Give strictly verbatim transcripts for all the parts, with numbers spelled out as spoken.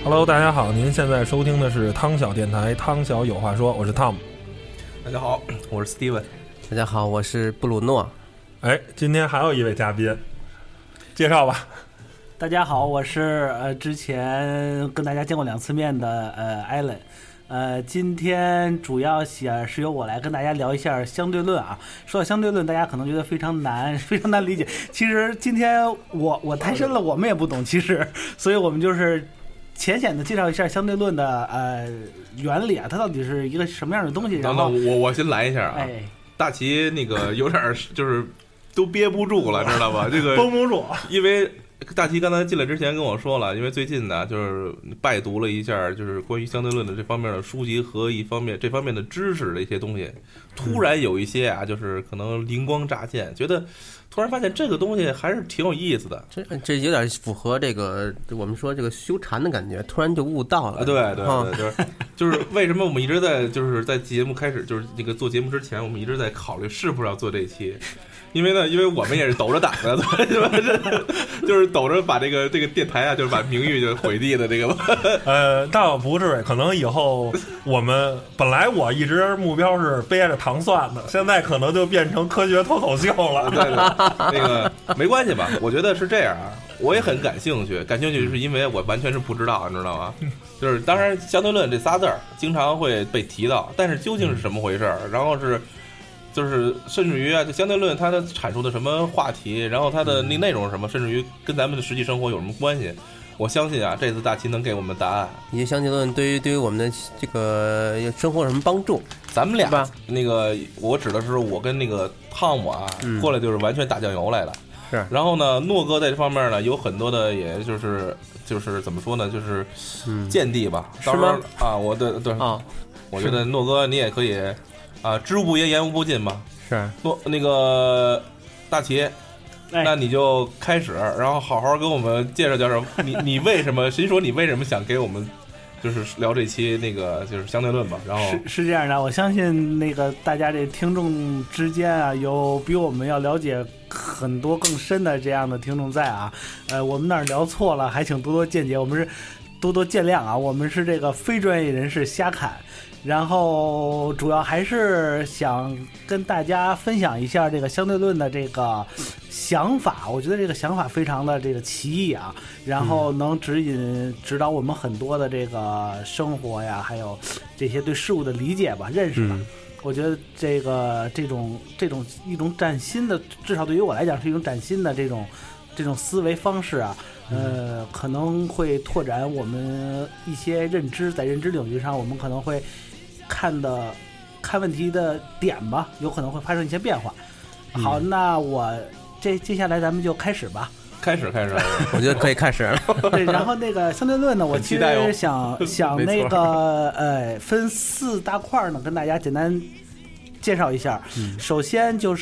Hello， 大家好，您现在收听的是汤小电台，汤小有话说，我是 Tom。 大家好，我是 Steven。 大家好，我是布鲁诺。 哎，今天还有一位嘉宾，介绍吧。 大家好，我是呃之前跟大家见过两次面的呃 Allen。呃，今天主要想是由我来跟大家聊一下相对论啊。说到相对论，大家可能觉得非常难，非常难理解。其实今天我我太深了，我们也不懂，其实，所以我们就是浅显的介绍一下相对论的呃原理啊，它到底是一个什么样的东西。然后我我先来一下啊， 哎， 大齐那个有点就是都憋不住了，知道吧？这个绷不住， 因为大齐刚才进来之前跟我说了，因为最近呢，就是拜读了一下，就是关于相对论的这方面的书籍和一方面这方面的知识的一些东西，突然有一些啊，就是可能灵光乍现，觉得突然发现这个东西还是挺有意思的。 这这有点符合这个我们说这个修禅的感觉，突然就悟到了。 啊、对对对，就是就是为什么我们一直在就是在节目开始就是这个做节目之前，我们一直在考虑是不是要做这一期。因为呢，因为我们也是抖着胆子，对吧？就是抖着把这个这个电台啊，就是把名誉就毁地的这个。 呃，倒不是，可能以后我们本来我一直目标是背着糖蒜的，现在可能就变成科学脱口秀了。 对对，那个没关系吧？我觉得是这样啊，我也很感兴趣，感兴趣是因为我完全是不知道，你知道吗？就是当然，相对论这仨字儿经常会被提到，但是究竟是什么回事儿？然后是。就是甚至于啊，就相对论它的阐述的什么话题，然后它的那内容是什么，甚至于跟咱们的实际生活有什么关系？我相信啊，这次大齐能给我们答案。 以及相对论对于对于我们的这个生活有什么帮助？ 咱们俩那个，我指的是我跟那个汤姆啊，嗯、过来就是完全打酱油来的。 是。 然后呢，诺哥在这方面呢有很多的，也就是就是怎么说呢，就是见地吧。 是吗？ 啊，我对对啊，我觉得诺哥你也可以。啊，知无不言，言无不尽嘛。 是， 诺那个大齐， 哎、 那你就开始，然后好好跟我们介绍介绍，你你为什么？谁说你为什么想给我们就是聊这期那个就是相对论吧？然后是是这样的，我相信那个大家这听众之间啊，有比我们要了解很多更深的这样的听众在啊。呃，我们那儿聊错了，还请多多见解，我们是多多见谅啊，我们是这个非专业人士瞎侃。然后主要还是想跟大家分享一下这个相对论的这个想法，我觉得这个想法非常的这个奇异啊，然后能指引指导我们很多的这个生活呀，还有这些对事物的理解吧、认识吧。嗯、我觉得这个这种这种一种崭新的，至少对于我来讲是一种崭新的这种这种思维方式啊。呃，可能会拓展我们一些认知，在认知领域上，我们可能会看的看问题的点吧，有可能会发生一些变化。好，嗯、那我这接下来咱们就开始吧。 开始开始， 我觉得可以开始了。 对，然后那个相对论呢，我其实想想那个呃，分四大块呢，跟大家简单介绍一下。嗯、首先就是。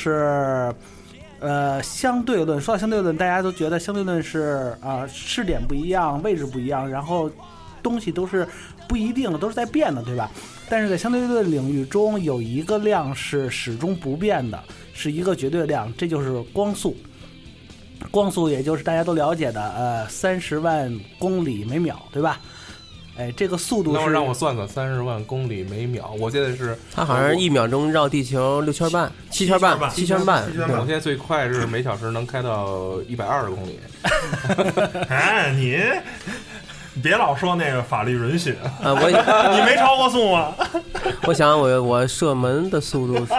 呃，相对论，说到相对论，大家都觉得相对论是啊、呃，视点不一样，位置不一样，然后东西都是不一定的，都是在变的，对吧？但是在相对论领域中，有一个量是始终不变的，是一个绝对量，这就是光速。光速也就是大家都了解的，呃，三十万公里每秒，对吧？哎，这个速度是…… 那我让我算算，三十万公里每秒。我现在是， 它好像是一秒钟绕地球六圈半、七圈半、七圈半。 我现在最快是每小时能开到一百二十公里。 哎，你别老说那个法律允许啊！ 我你没超过速吗？ 我想我我射门的速度是……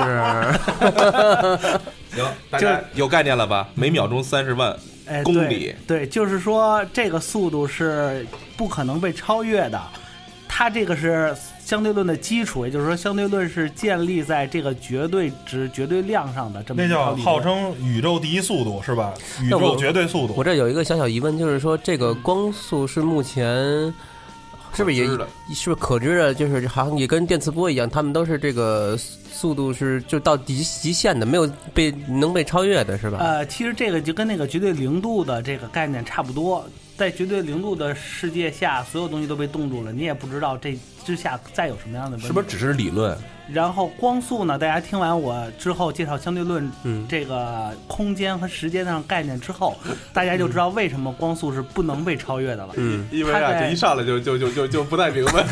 行，大家有概念了吧？每秒钟三十万。 哎， 公里， 对，就是说这个速度是不可能被超越的，它这个是相对论的基础，也就是说相对论是建立在这个绝对值、绝对量上的这么一那叫号称宇宙第一速度是吧？宇宙绝对速度。 我, 我这有一个小小疑问，就是说这个光速是目前是不是也是不是可知的？就是好像也跟电磁波一样，他们都是这个速度是就到极极限的，没有被能被超越的，是吧？ 呃，其实这个就跟那个绝对零度的这个概念差不多。在绝对零度的世界下，所有东西都被冻住了，你也不知道这之下再有什么样的问题。 是不是只是理论？ 然后光速呢，大家听完我之后介绍相对论嗯这个空间和时间上概念之后，大家就知道为什么光速是不能被超越的了。 嗯， 因为啊，这一上来就就就就就不太明白。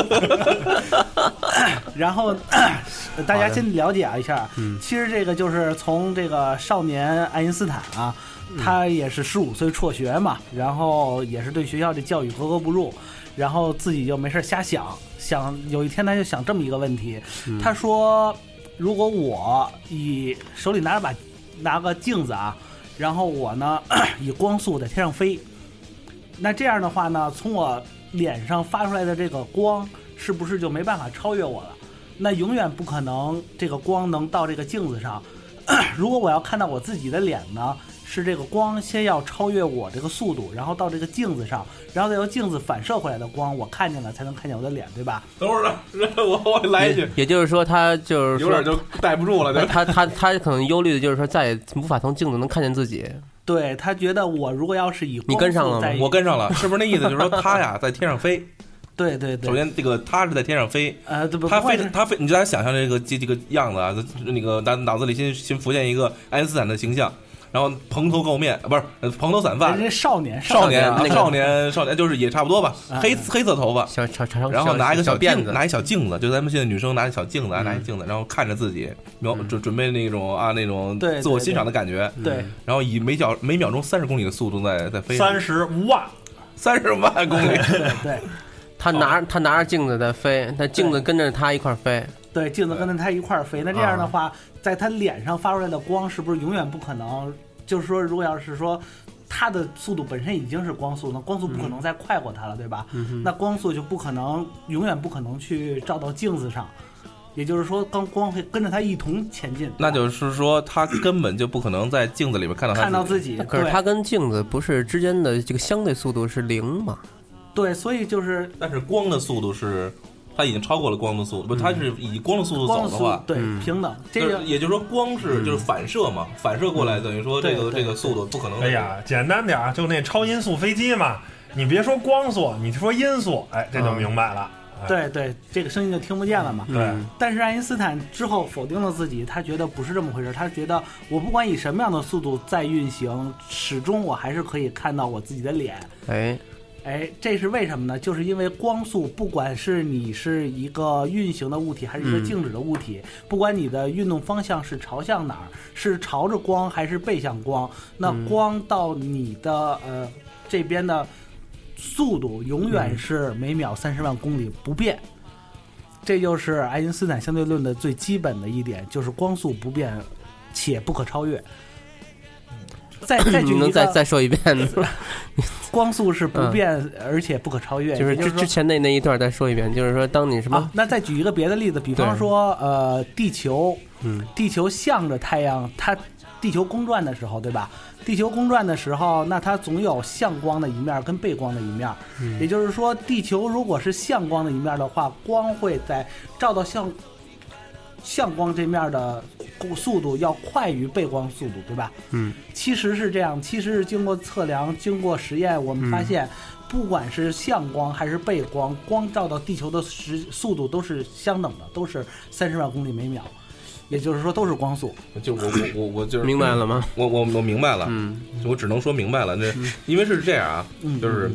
然后大家先了解一下， 嗯， 其实这个就是从这个少年爱因斯坦啊，他也是十五岁辍学嘛，然后也是对学校的教育格格不入，然后自己就没事瞎想，想有一天他就想这么一个问题， 嗯他说，如果我以手里拿着把拿个镜子啊，然后我呢以光速在天上飞，那这样的话呢，从我脸上发出来的这个光，是不是就没办法超越我了？那永远不可能这个光能到这个镜子上。如果我要看到我自己的脸呢，是这个光先要超越我这个速度，然后到这个镜子上，然后再由镜子反射回来的光我看见了才能看见我的脸，对吧？ 等会儿呢，我我来一句， 也就是说，他就是说有点就带不住了，就他他他可能忧虑的就是说，再也无法从镜子能看见自己。 对，他觉得我如果要是以光你跟上了吗速在我跟上了，是不是那意思？就是说他呀在天上飞。 对对对， 首先这个他是在天上飞， 呃，对不， 他飞不会他飞，你就大家想象这个这这个样子啊，那个脑脑子里先先浮现一个爱因斯坦的形象，然后蓬头垢面，不是呃蓬头散发人，家少年少年啊那个少年少年就是也差不多吧， 啊黑黑色头发， 小长长， 然后拿一个小辫子， 镜拿一小镜子，就咱们现在女生拿一小镜子， 嗯拿一镜子，然后看着自己，瞄嗯准准备那种啊那种对对自我欣赏的感觉， 对然后以每角每秒钟三十公里的速度在在飞， 三十万， 三十万公里， 对对他拿他拿着镜子在飞，他镜子跟着他一块儿飞。 对，镜子跟着他一块儿飞，那这样的话，在他脸上发出来的光是不是永远不可能？就是说，如果要是说他的速度本身已经是光速，那光速不可能再快过他了，对吧？ 嗯那光速就不可能永远不可能去照到镜子上，也就是说，光光会跟着他一同前进。 那就是说他根本就不可能在镜子里面看到他看到自己， 可是对他跟镜子不是之间的这个相对速度是零嘛？ 对，所以就是但是光的速度是，它已经超过了光的速度，不，它是以光的速度光速走的话， 对嗯平等，这就是个也就是说光是就是反射嘛，反射过来等于说这个对对这个速度不可能。 哎呀，简单点儿，就那超音速飞机嘛，你别说光速，你说音速，哎，这就明白了。哎对对，这个声音就听不见了嘛。 对， 嗯但是爱因斯坦之后否定了自己，他觉得不是这么回事，他觉得我不管以什么样的速度在运行，始终我还是可以看到我自己的脸。 哎， 哎，这是为什么呢？就是因为光速，不管是你是一个运行的物体，还是一个静止的物体， 嗯、 不管你的运动方向是朝向哪儿，是朝着光还是背向光，那光到你的、呃这边的速度永远是每秒三十万公里不变。这就是爱因斯坦相对论的最基本的一点，就是光速不变且不可超越。再再举一个， 能再再说一遍？ 光速是不变、嗯、而且不可超越， 就是之之前那那一段再说一遍，就是说当你什么、 啊？那再举一个别的例子，比方说呃，地球， 嗯， 地球向着太阳，它地球公转的时候，对吧？地球公转的时候，那它总有向光的一面跟背光的一面， 嗯、 也就是说，地球如果是向光的一面的话，光会在照到向向光这面的速度要快于背光速度，对吧？ 嗯， 其实是这样，其实是经过测量、经过实验，我们发现，不管是向光还是背光，光照到地球的时速度都是相等的，都是三十万公里每秒，也就是说都是光速。 就我我我我就是明白了吗？ 我我我明白了， 嗯， 我只能说明白了。这因为是这样啊，就是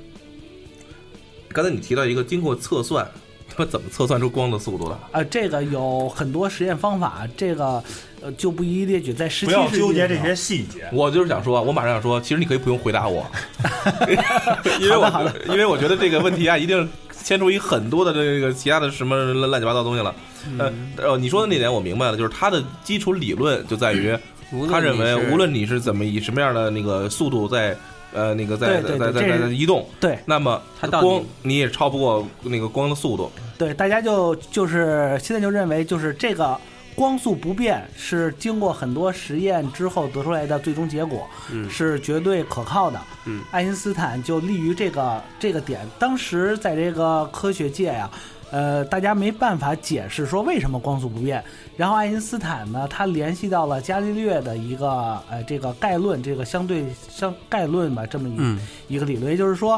刚才你提到一个经过测算。他怎么测算出光的速度的？ 呃，这个有很多实验方法，这个呃就不一一列举，在十七世纪。 不要纠结这些细节。 我就是想说，我马上想说，其实你可以不用回答我，因为我因为我觉得这个问题啊，一定牵出一很多的这个其他的什么乱七八糟东西了。呃呃，你说的那点我明白了，就是它的基础理论就在于，他认为无论你是怎么以什么样的那个速度在。呃，那个在在在在在移动， 对， 那么它光你也超不过那个光的速度。 对，大家就就是现在就认为，就是这个光速不变是经过很多实验之后得出来的最终结果， 嗯， 是绝对可靠的。 嗯， 爱因斯坦就立于这个这个点，当时在这个科学界呀。呃，大家没办法解释说为什么光速不变。然后爱因斯坦呢，他联系到了伽利略的一个呃这个概论，这个相对相概论吧，这么一、 嗯、 一个理论，也就是说，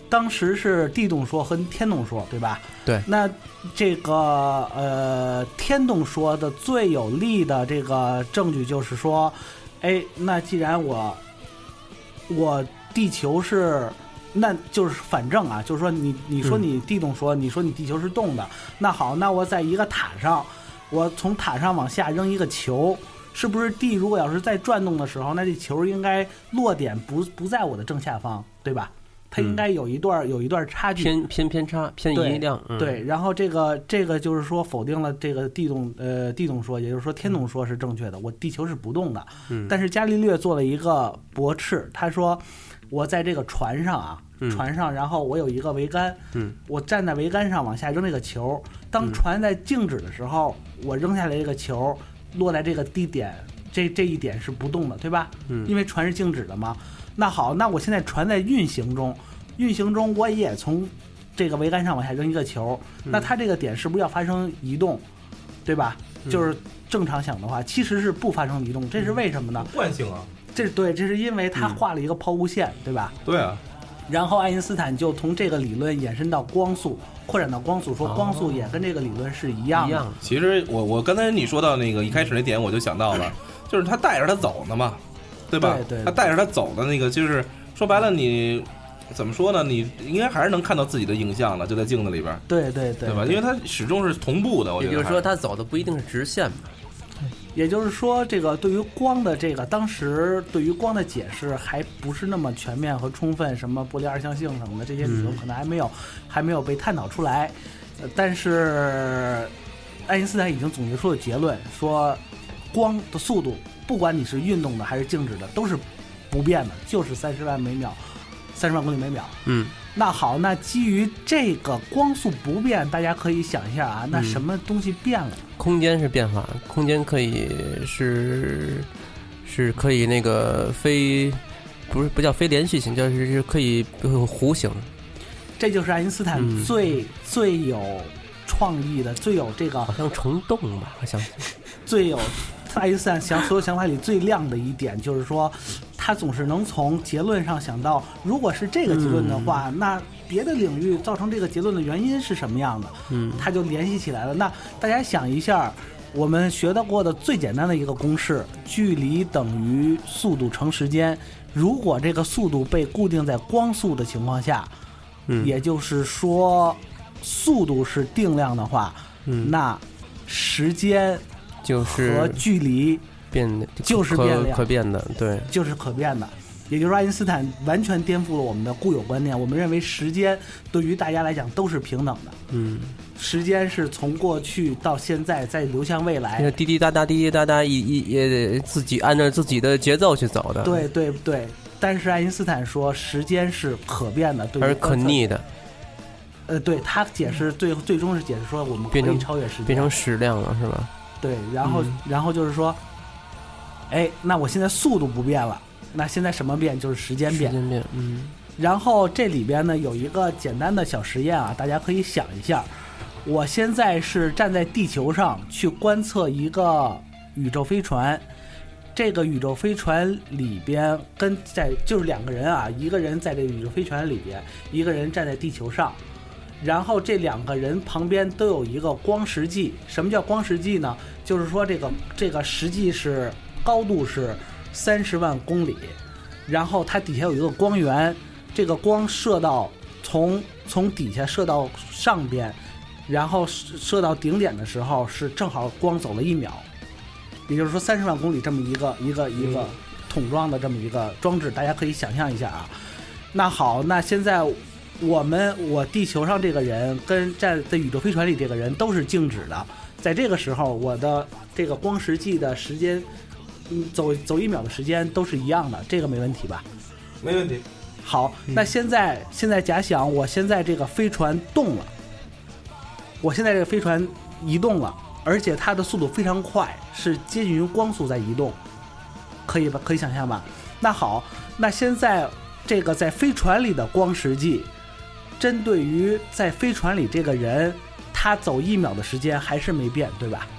当时是地动说和天动说，对吧？ 对。 那这个呃，天动说的最有力的这个证据就是说，哎，那既然我我地球是，那就是反正啊，就是说你你说你地动说，嗯、你说你地球是动的，那好，那我在一个塔上，我从塔上往下扔一个球。是不是地如果要是在转动的时候，那这球应该落点不不在我的正下方，对吧？它应该有一段、嗯、有一段差距， 偏偏偏差偏移量。 对，嗯、对，然后这个这个就是说否定了这个地动呃地动说，也就是说天动说是正确的，我地球是不动的。嗯，但是伽利略做了一个驳斥，他说我在这个船上啊，嗯、船上，然后我有一个桅杆，嗯，我站在桅杆上往下扔这个球，当船在静止的时候，嗯、我扔下来这个球。落在这个地点，这这一点是不动的，对吧？嗯，因为船是静止的嘛。那好，那我现在船在运行中，运行中我也从这个桅杆上往下扔一个球，嗯、那它这个点是不是要发生移动，对吧？嗯、就是正常想的话，其实是不发生移动，这是为什么呢？ 惯性啊， 这对，这是因为他画了一个抛物线，嗯、对吧？ 对啊。 然后爱因斯坦就从这个理论延伸到光速，扩展到光速，说光速也跟这个理论是一样的。哦、 其实我我刚才你说到那个一开始那点，我就想到了，就是他带着他走呢嘛，对吧？ 对 对, 对。 他带着他走的那个，就是说白了，你怎么说呢？你应该还是能看到自己的影像的，就在镜子里边。 对对 对, 对，对吧？因为它始终是同步的，我觉得。 也就是说，他走的不一定是直线嘛。 也就是说，这个对于光的这个，当时对于光的解释还不是那么全面和充分，什么波粒二象性什么的这些理论可能还没有、嗯、还没有被探讨出来。呃，但是爱因斯坦已经总结出了结论，说光的速度，不管你是运动的还是静止的，都是不变的，就是三十万每秒，三十万公里每秒。嗯。那好，那基于这个光速不变，大家可以想一下啊，那什么东西变了？ 嗯、空间是变化，空间可以是是可以那个非不是不叫非连续性，就是是可以弧形。 这就是爱因斯坦最、嗯、最有创意的，最有这个好像虫洞吧，好像最有爱因斯坦想所有想法里最亮的一点就是说。他总是能从结论上想到，如果是这个结论的话，嗯、那别的领域造成这个结论的原因是什么样的？嗯，他就联系起来了。那大家想一下，我们学到过的最简单的一个公式：距离等于速度乘时间。如果这个速度被固定在光速的情况下，嗯，也就是说速度是定量的话，嗯，那时间就是和距离。 变的就是变量， 可变的，对， 就是可变的。也就是说，爱因斯坦完全颠覆了我们的固有观念。我们认为时间对于大家来讲都是平等的。嗯，时间是从过去到现在再流向未来， 那个滴滴答答，滴滴答答，一一也自己按照自己的节奏去走的。 对对对。但是爱因斯坦说，时间是可变的，对， 而可逆的。 呃，对他解释最最终是解释说，我们可以超越时间， 变成矢量了，是吧？ 对，然后、嗯、然后就是说。哎，那我现在速度不变了，那现在什么变？就是时间变。 时间变，嗯。 然后这里边呢有一个简单的小实验啊，大家可以想一下。我现在是站在地球上去观测一个宇宙飞船，这个宇宙飞船里边跟在就是两个人啊，一个人在这个宇宙飞船里边，一个人站在地球上。然后这两个人旁边都有一个光时计。什么叫光时计呢？就是说这个这个实际是。高度是三十万公里，然后它底下有一个光源，这个光射到从从底下射到上边，然后射到顶点的时候是正好光走了一秒，也就是说三十万公里这么一个一个一个桶装的这么一个装置，大家可以想象一下啊。那好，那现在我们我地球上这个人跟站在宇宙飞船里这个人都是静止的，在这个时候我的这个光时计的时间。嗯，走走一秒的时间都是一样的，这个没问题吧？ 没问题。 好，那现在、嗯、现在假想我现在这个飞船动了，我现在这个飞船移动了，而且它的速度非常快，是接近于光速在移动，可以吧？可以想象吧？那好，那现在这个在飞船里的光时计，针对于在飞船里这个人，他走一秒的时间还是没变，对吧？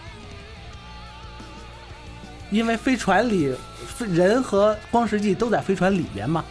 因为飞船里人和光时计都在飞船里边嘛，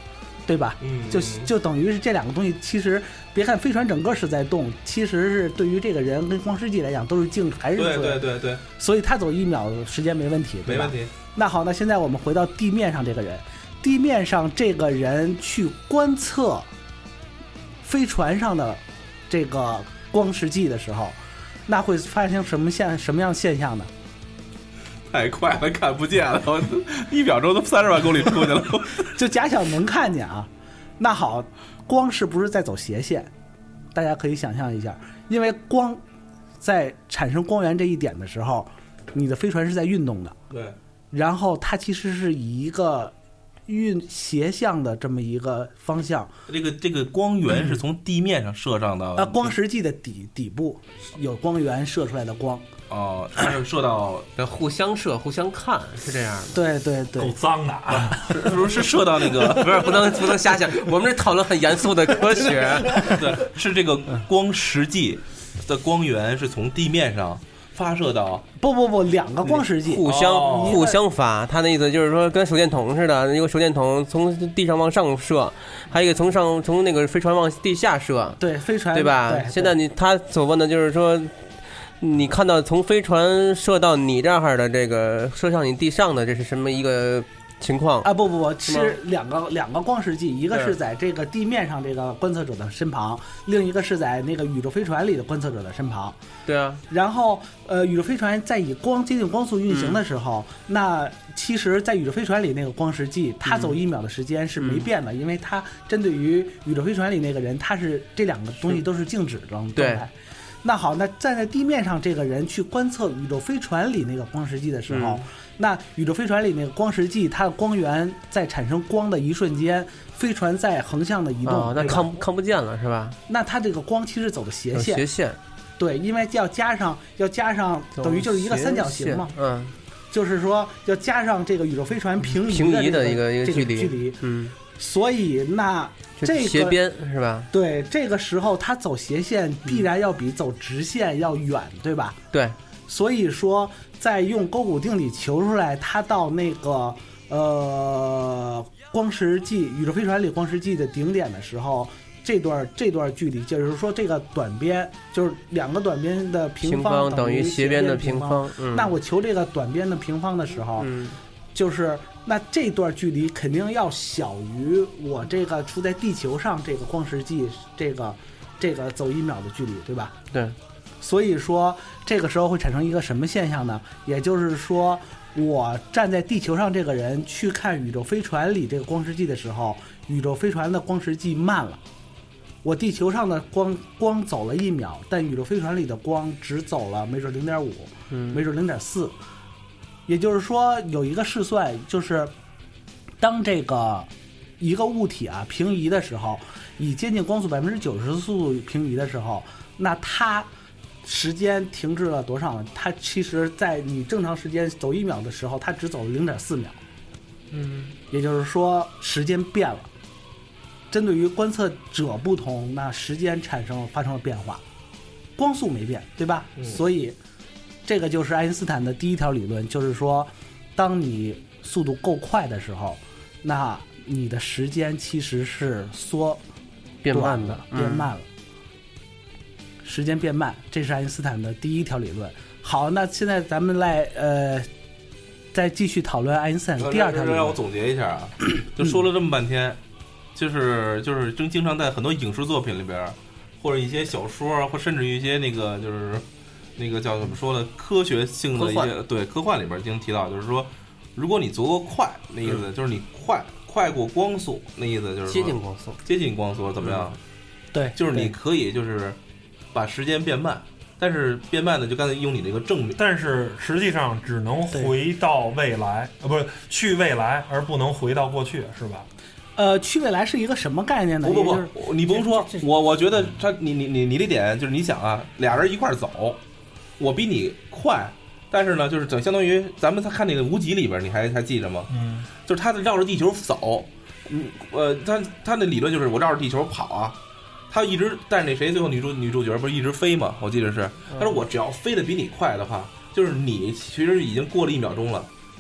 对吧？ 嗯， 就就等于是这两个东西，其实别看飞船整个是在动，其实是对于这个人跟光世纪来讲都是静，还是对对对对， 所以他走一秒时间没问题，对吧？ 没问题。 那好，那现在我们回到地面上这个人，地面上这个人去观测飞船上的这个光世纪的时候，那会发生什么现什么样现象呢？ 太快了，看不见了，我一秒钟都三十万公里出去了。 就假想能看见啊，那好，光是不是在走斜线？大家可以想象一下，因为光在产生光源这一点的时候，你的飞船是在运动的， 对， 然后它其实是以一个运斜向的这么一个方向。 这个这个光源是从地面上射上到啊，光实际的底底部有光源射出来的光。 哦，它是射到互相射互相看，是这样的。 对对对， 够脏的啊！ 是是不是射到那个？ 不是不能不能瞎想，我们这讨论很严肃的科学。 对，是这个光实际的光源是从地面上发射到不不不，两个光实际互相、 哦、 互相发。他的意思就是说，跟手电筒似的，一个手电筒从地上往上射，还有一个从上从那个飞船往地下射。 对，飞船对吧？ 对现在你他所问的就是说，你看到从飞船射到你这儿的这个射向你地上的，这是什么一个情况啊？不不不，是两个两个光实际，一个是在这个地面上这个观测者的身旁，另一个是在那个宇宙飞船里的观测者的身旁。 对啊， 然后呃，宇宙飞船在以光接近光速运行的时候，嗯、那其实，在宇宙飞船里那个光实际，它走一秒的时间是没变的，嗯、因为它针对于宇宙飞船里那个人，他是这两个东西都是静止的状态。那好，那站在地面上这个人去观测宇宙飞船里那个光实际的时候，嗯、那宇宙飞船里那个光实际，它的光源在产生光的一瞬间，飞船在横向的移动， 哦、那看看不见了是吧？ 那它这个光其实走的斜线， 斜线， 对，因为要加上要加上等于就是一个三角形嘛， 嗯， 就是说要加上这个宇宙飞船平移平移的一个一个距离， 距离， 嗯， 所以那。这个斜边是吧？ 对，这个时候它走斜线必然要比走直线要远，嗯、对吧？ 对， 所以说在用勾股定理求出来，它到那个呃光实际宇宙飞船里光实际的顶点的时候，这段这段距离，就是说这个短边就是两个短边的平方等于斜边的平方。 嗯、那我求这个短边的平方的时候， 嗯、 就是。那这段距离肯定要小于我这个处在地球上这个光实际这个这个走一秒的距离，对吧？ 对。 所以说这个时候会产生一个什么现象呢？也就是说，我站在地球上这个人去看宇宙飞船里这个光实际的时候，宇宙飞船的光实际慢了。我地球上的光光走了一秒，但宇宙飞船里的光只走了没准零点五， 嗯， 没准零点四。也就是说，有一个试算，就是当这个一个物体啊平移的时候，以接近光速百分之九十的速度平移的时候，那它时间停滞了多少呢？它其实，在你正常时间走一秒的时候，它只走了零点四秒。 嗯， 也就是说，时间变了。针对于观测者不同，那时间产生了发生了变化，光速没变，对吧？嗯、所以。这个就是爱因斯坦的第一条理论，就是说，当你速度够快的时候，那你的时间其实是缩变慢的， 变慢了，嗯、时间变慢，这是爱因斯坦的第一条理论。好，那现在咱们来呃，再继续讨论爱因斯坦的第二条理论。 让我总结一下啊，就说了这么半天，就是就是经经常在很多影视作品里边，或者一些小说，或甚至于一些那个就是。那个叫怎么说呢？科学性的一些对科幻里边经常提到，就是说，如果你足够快，那意思、嗯、就是你快快过光速，那意思就是接近光速， 接近光速怎么样？ 嗯、对， 就是你可以就是把时间变慢，但是变慢的就刚才用你那个正， 但是实际上只能回到未来，呃，不是去未来，而不能回到过去，是吧？ 呃，去未来是一个什么概念呢？ 不不不，你不用说，我我觉得他你你你你这点就是你想啊，俩人一块走。我比你快，但是呢，就是等相当于咱们他看那个无极里边，你还还记着吗？ 嗯， 就是他绕着地球走，嗯，呃，他他那理论就是我绕着地球跑啊，他一直但是那谁最后女主女主角不是一直飞吗？我记得是，他说我只要飞得比你快的话，就是你其实已经过了一秒钟了，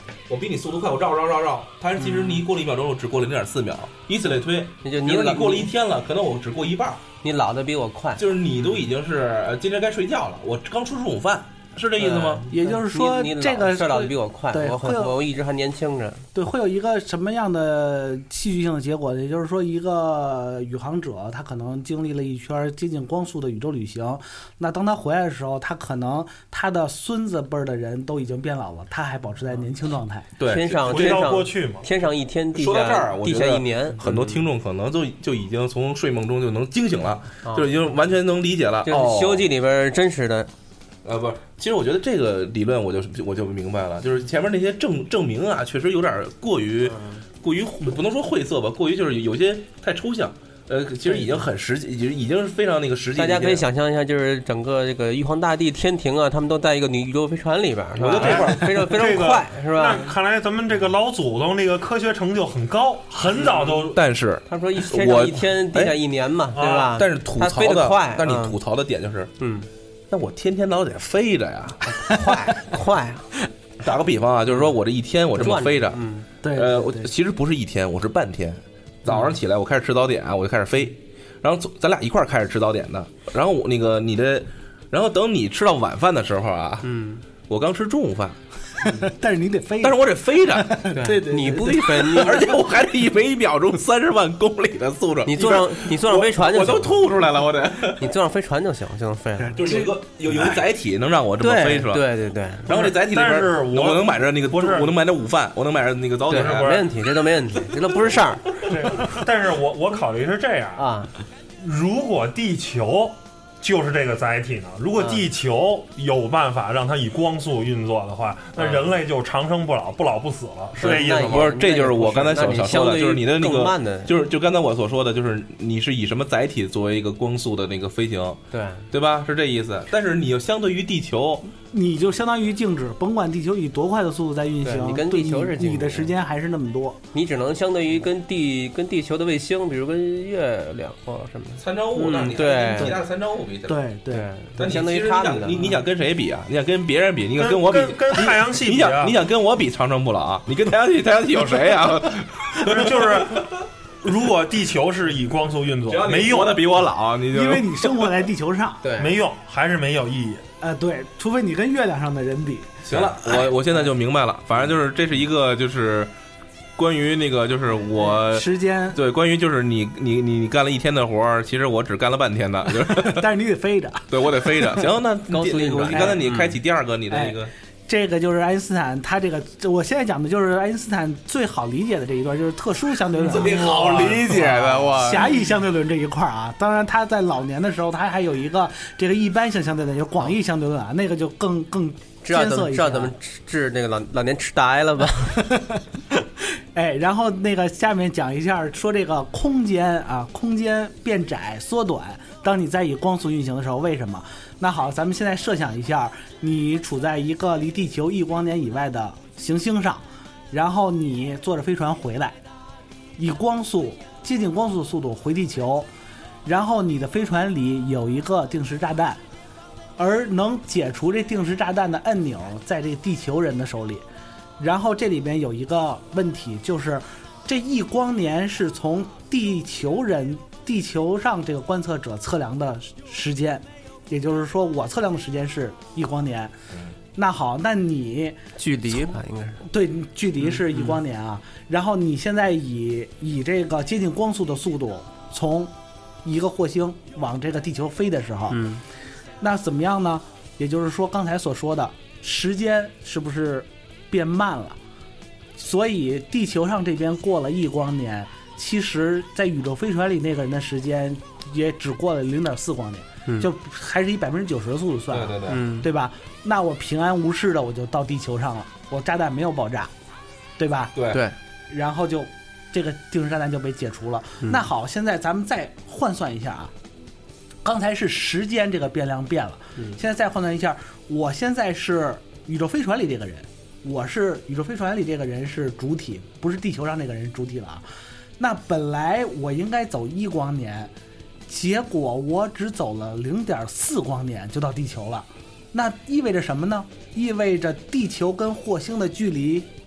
我比你速度快，我绕绕绕绕，但是其实你过了一秒钟，我只过了零点四秒，以此类推。 那就比如你过了一天了，可能我只过一半。 你老的比我快， 就是你都已经是呃今天该睡觉了，我刚吃中午饭。是这意思吗？ 也就是说，这个是老的比我快， 对， 我我一直还年轻着。 对，会有一个什么样的戏剧性的结果？也就是说，一个宇航者他可能经历了一圈接近光速的宇宙旅行，那当他回来的时候，他可能他的孙子辈儿的人都已经变老了，他还保持在年轻状态。 对， 天上回到过去嘛， 天上一天，地下说到这儿， 地下一年， 很多听众可能就就已经从睡梦中就能惊醒了， 嗯、 就已经完全能理解了。 就是《西游记》里边真实的。 呃，不是，其实我觉得这个理论我就我就明白了，就是前面那些证证明啊，确实有点过于过于不能说晦涩吧，过于就是有些太抽象。呃，其实已经很实际，已经已经是非常那个实际。 大家可以想象一下，就是整个这个玉皇大帝、天庭啊，他们都在一个宇宙飞船里边，是吧？ 我觉得这块非常非常快，是吧？ 那看来咱们这个老祖宗这个科学成就很高，很早都。 但是他说一天上一天，地下一年嘛，对吧？ 但是吐槽的， 快， 但是你吐槽的点就是， 嗯。 那我天天老得飞着呀， 快快！ 打个比方啊，就是说我这一天我这么飞着， 嗯，对， 呃，我其实不是一天，我是半天。早上起来我开始吃早点，我就开始飞，然后咱俩一块儿开始吃早点的，然后我那个你的，然后等你吃到晚饭的时候啊， 嗯， 我刚吃中午饭。 但是你得飞， 但是我得飞着， 对对， 你不必飞， 而且我还得以每秒钟三十万公里的速度。 你坐上你坐上飞船就行， 我都吐出来了，我得。 你坐上飞船就行，就能飞。 就是有个有有个载体能让我这么飞，是吧？ 对对对。 然后这载体里边，我能买着那个不是， 我能买着午饭，我能买着那个早点， 没问题，这都没问题，这都不是事儿。 但是我我考虑是这样啊， 如果地球。就是这个载体呢。如果地球有办法让它以光速运作的话，那人类就长生不老，不老不死了，是这意思吗？ 不是，这就是我刚才想想说的，就是你的那个， 就是就刚才我所说的，就是你是以什么载体作为一个光速的那个飞行， 对对吧？是这意思。但是你又相对于地球， 你就相当于静止，甭管地球以多快的速度在运行， 你跟地球是你的时间还是那么多， 你只能相对于跟地跟地球的卫星，比如跟月亮或什么参照物，那你对其他的参照物比起来， 对对。 但相对于他们的， 你你想跟谁比啊？你想跟别人比？你想跟我比？ 跟太阳系比、啊？ 你想你想跟我比长生不老啊？你跟太阳系太阳系有谁啊？ 就是如果地球是以光速运作，没用， 活得比我老，你就因为你生活在地球上， 对， 没用，还是没有意义。 呃，对，除非你跟月亮上的人比。 行了，我我现在就明白了，反正就是这是一个就是。关于那个就是我时间对，关于就是你你你你干了一天的活儿，其实我只干了半天的，就是， 但是你得飞着， 对我得飞着。行，那高速运转。 刚才你开启第二个你的那个， 哎、这个就是爱因斯坦，他这个我现在讲的就是爱因斯坦最好理解的这一段，就是特殊相对论， 最好理解的哇， 狭义相对论这一块啊。当然他在老年的时候，他还有一个这个一般性相对论，就是广义相对论啊，那个就更更艰涩一些。 知道怎么治那个老老年痴呆了吧？ 哎，然后那个下面讲一下，说这个空间啊，空间变窄缩短，当你在以光速运行的时候，为什么？那好，咱们现在设想一下，你处在一个离地球亿光年以外的行星上，然后你坐着飞船回来，以光速接近光速速度回地球，然后你的飞船里有一个定时炸弹，而能解除这定时炸弹的按钮在这地球人的手里。然后这里边有一个问题，就是这一光年是从地球人地球上这个观测者测量的时间，也就是说我测量的时间是一光年。那好，那你距离吧，应该是对，距离是一光年啊。嗯、然后你现在以以这个接近光速的速度从一个火星往这个地球飞的时候， 嗯， 那怎么样呢？也就是说刚才所说的时间是不是变慢了？所以地球上这边过了一光年，其实在宇宙飞船里那个人的时间也只过了 零点四光年， 嗯、 就还是以百分之九十的速度算， 对对对， 嗯， 对吧？那我平安无事的我就到地球上了，我炸弹没有爆炸，对吧？ 对对， 然后就这个定时炸弹就被解除了。 嗯、 那好，现在咱们再换算一下啊，刚才是时间这个变量变了， 嗯、 现在再换算一下，我现在是宇宙飞船里这个人。我是宇宙飞船里这个人是主体，不是地球上那个人主体了啊。那本来我应该走一光年，结果我只走了 零点四光年就到地球了。那意味着什么呢？意味着地球跟火星的距离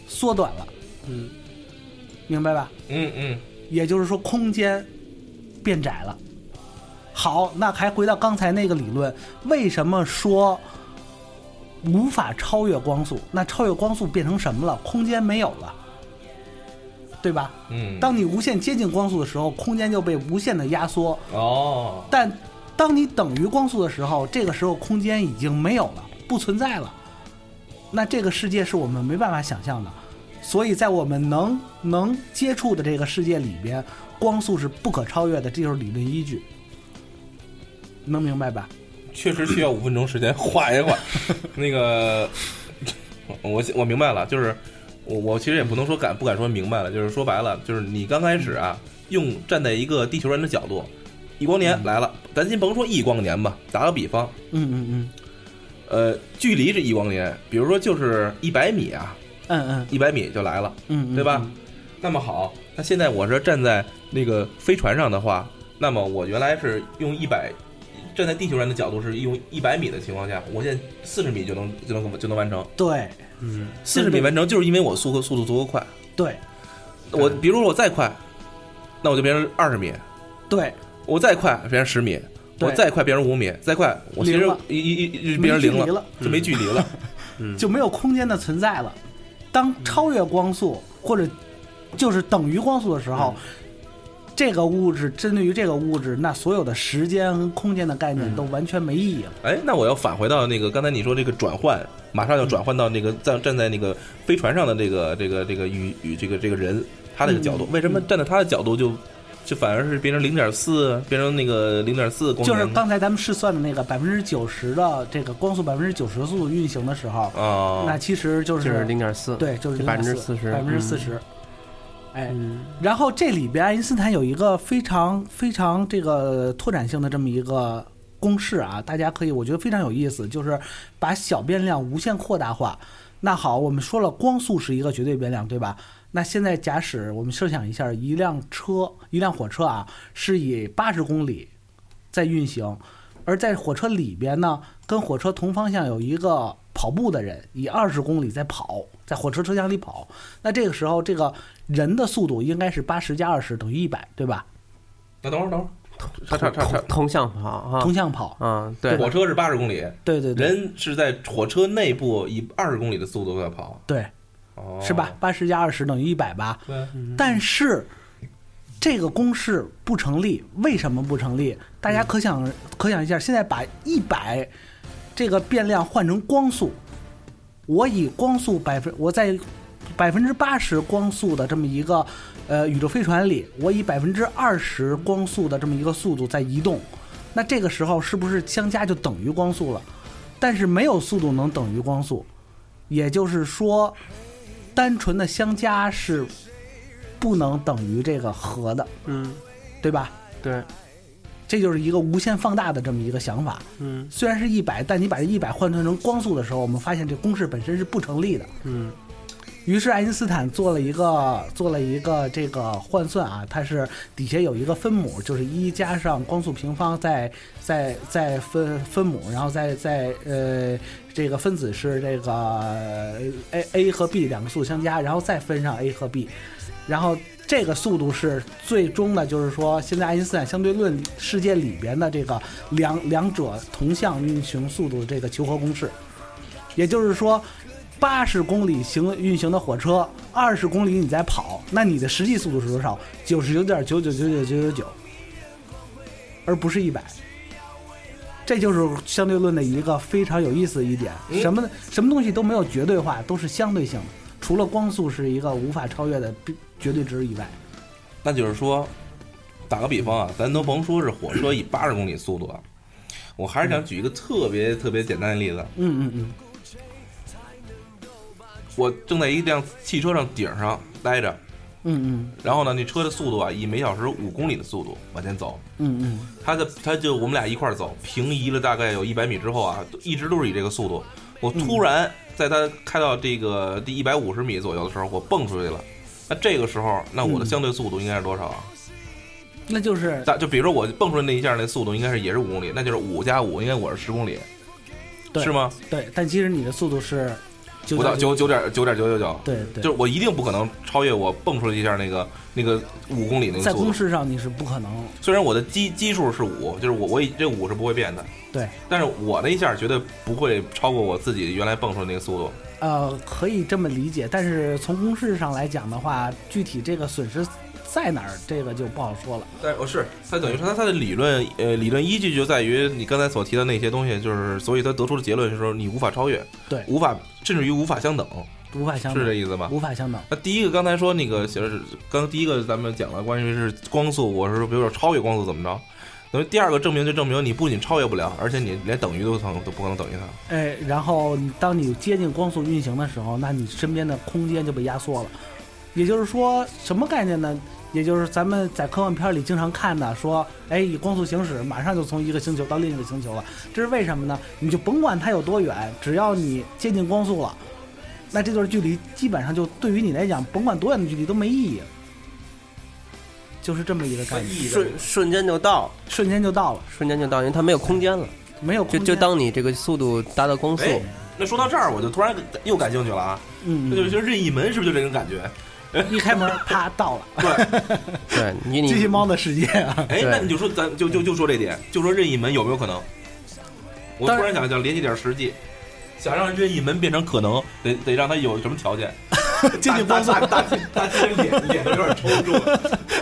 缩短了， 嗯， 明白吧？ 嗯嗯， 也就是说空间变窄了。好，那还回到刚才那个理论，为什么说无法超越光速？那超越光速变成什么了？空间没有了，对吧？ 嗯， 当你无限接近光速的时候，空间就被无限的压缩。 哦， 但当你等于光速的时候，这个时候空间已经没有了，不存在了。那这个世界是我们没办法想象的，所以在我们能能接触的这个世界里边，光速是不可超越的，这就是理论依据。能明白吧？ 确实需要五分钟时间缓一缓。那个，我我明白了，就是我我其实也不能说敢不敢说明白了，就是说白了，就是你刚开始啊，用站在一个地球人的角度，一光年来了，嗯、咱先甭说一光年吧，打个比方， 嗯嗯嗯， 呃，距离是一光年，比如说就是一百米啊， 嗯嗯， 一百米就来了， 嗯嗯， 对吧？那么好，那现在我是站在那个飞船上的话，那么我原来是用一百。站在地球人的角度是用一百米的情况下，我现在四十米就能就能就能完成。 对， 嗯， 四十米完成，就是因为我速度速度足够快。 对， 我比如说我再快，那我就变成二十米。 对， 我再快变成十米，我再快变成五米，再快我其实一一一变成零了，就没距离了， 嗯，就没有空间的存在了。当超越光速或者就是等于光速的时候。嗯，这个物质针对于这个物质，那所有的时间和空间的概念都完全没意义了。 哎，那我要返回到那个刚才你说这个转换，马上要转换到那个站站在那个飞船上的这个这个这个与与这个这个人他这个角度， 嗯、 为什么站在他的角度就就反而是变成零点四，变成那个零点四光年？ 就是刚才咱们试算的那个百分之九十的这个光速百分之九十的速度运行的时候， 哦， 那其实就是零点四， 对，就是百分之四十， 百分之四十。哎， 嗯， 然后这里边爱因斯坦有一个非常非常这个拓展性的这么一个公式啊，大家可以我觉得非常有意思，就是把小变量无限扩大化。那好，我们说了光速是一个绝对变量，对吧？那现在假使我们设想一下，一辆车一辆火车啊是以八十公里在运行，而在火车里边呢，跟火车同方向有一个跑步的人以二十公里在跑，在火车车厢里跑。那这个时候这个人的速度应该是八十加二十等于一百，对吧？ 那等会儿等会儿， 同同同向跑哈， 同向跑， 嗯，对， 火车是八十公里， 对对对， 人是在火车内部以二十公里的速度在跑， 对， 哦， 是吧？八十加二十等于一百吧？ 对， 但是这个公式不成立，为什么不成立？大家可想可想一下，现在把一百这个变量换成光速，我以光速百分，我在百分之八十光速的这么一个呃宇宙飞船里，我以百分之二十光速的这么一个速度在移动，那这个时候是不是相加就等于光速了？但是没有速度能等于光速，也就是说，单纯的相加是不能等于这个和的， 嗯， 对吧？ 对。 这就是一个无限放大的这么一个想法。 嗯， 虽然是一百，但你把这一百换算成光速的时候，我们发现这公式本身是不成立的。 嗯， 于是爱因斯坦做了一个做了一个这个换算啊，它是底下有一个分母，就是一加上光速平方再再再分分母，然后再再呃这个分子是这个 a a 和 b 两个速度相加，然后再分上 a 和 b， 然后。这个速度是最终的，就是说，现在爱因斯坦相对论世界里边的这个两两者同向运行速度的这个求和公式，也就是说，八十公里行运行的火车，二十公里你在跑，那你的实际速度是多少？九十九点九九九九九九九，而不是一百。这就是相对论的一个非常有意思的一点，什么什么东西都没有绝对化，都是相对性的。除了光速是一个无法超越的绝对值以外， 那就是说，打个比方啊，咱都甭说是火车以八十公里速度啊，我还是想举一个特别特别简单的例子。 嗯嗯嗯。 我正在一辆汽车上顶上待着， 嗯嗯。 然后呢，那车的速度啊，以每小时五公里的速度往前走。 嗯嗯。 它的它就我们俩一块儿走，平移了大概有一百米之后啊，一直都是以这个速度。我突然在它开到这个第一百五十米左右的时候，我蹦出去了。那这个时候，那我的相对速度应该是多少啊？ 嗯、那就是， 就比如说我蹦出来那一下，那速度应该是也是五公里，那就是五加五，应该我是十公里，是吗？ 对，但其实你的速度是不到九九点九点九九九， 对对， 就是我一定不可能超越我蹦出来一下那个那个五公里那个速度。 在公式上你是不可能。 虽然我的基基数是五，就是我我这五是不会变的， 对， 但是我那一下绝对不会超过我自己原来蹦出来那个速度。 呃，可以这么理解，但是从公式上来讲的话，具体这个损失在哪儿，这个就不好说了。 但哦是，它等于说它它的理论呃理论依据就在于你刚才所提的那些东西，就是所以它得出的结论是说你无法超越， 对， 无法甚至于无法相等， 无法相等是这意思吧？ 无法相等。 那第一个刚才说那个就是刚第一个咱们讲了关于是光速，我是比如说超越光速怎么着？等于第二个证明就证明你不仅超越不了，而且你连等于都可能都不可能等于它。 哎，然后当你接近光速运行的时候，那你身边的空间就被压缩了。也就是说，什么概念呢？也就是咱们在科幻片里经常看的，说，哎，以光速行驶，马上就从一个星球到另一个星球了。这是为什么呢？你就甭管它有多远，只要你接近光速了，那这段距离基本上就对于你来讲，甭管多远的距离都没意义。就是这么一个概念， 瞬瞬间就到， 瞬间就到了， 瞬间就到，因为它没有空间了， 没有空间就就当你这个速度达到光速。 哎，那说到这儿，我就突然又感兴趣了啊！ 嗯， 那就是任意门是不是就这种感觉？ 一开门，啪到了。 对， 对你你机器猫的世界啊！ 哎，那你就说咱就就就说这点，就说任意门有没有可能？我突然想想联系点实际，想让任意门变成可能，得得让它有什么条件？ 接近光速， 大大大大脸脸有点抽住了。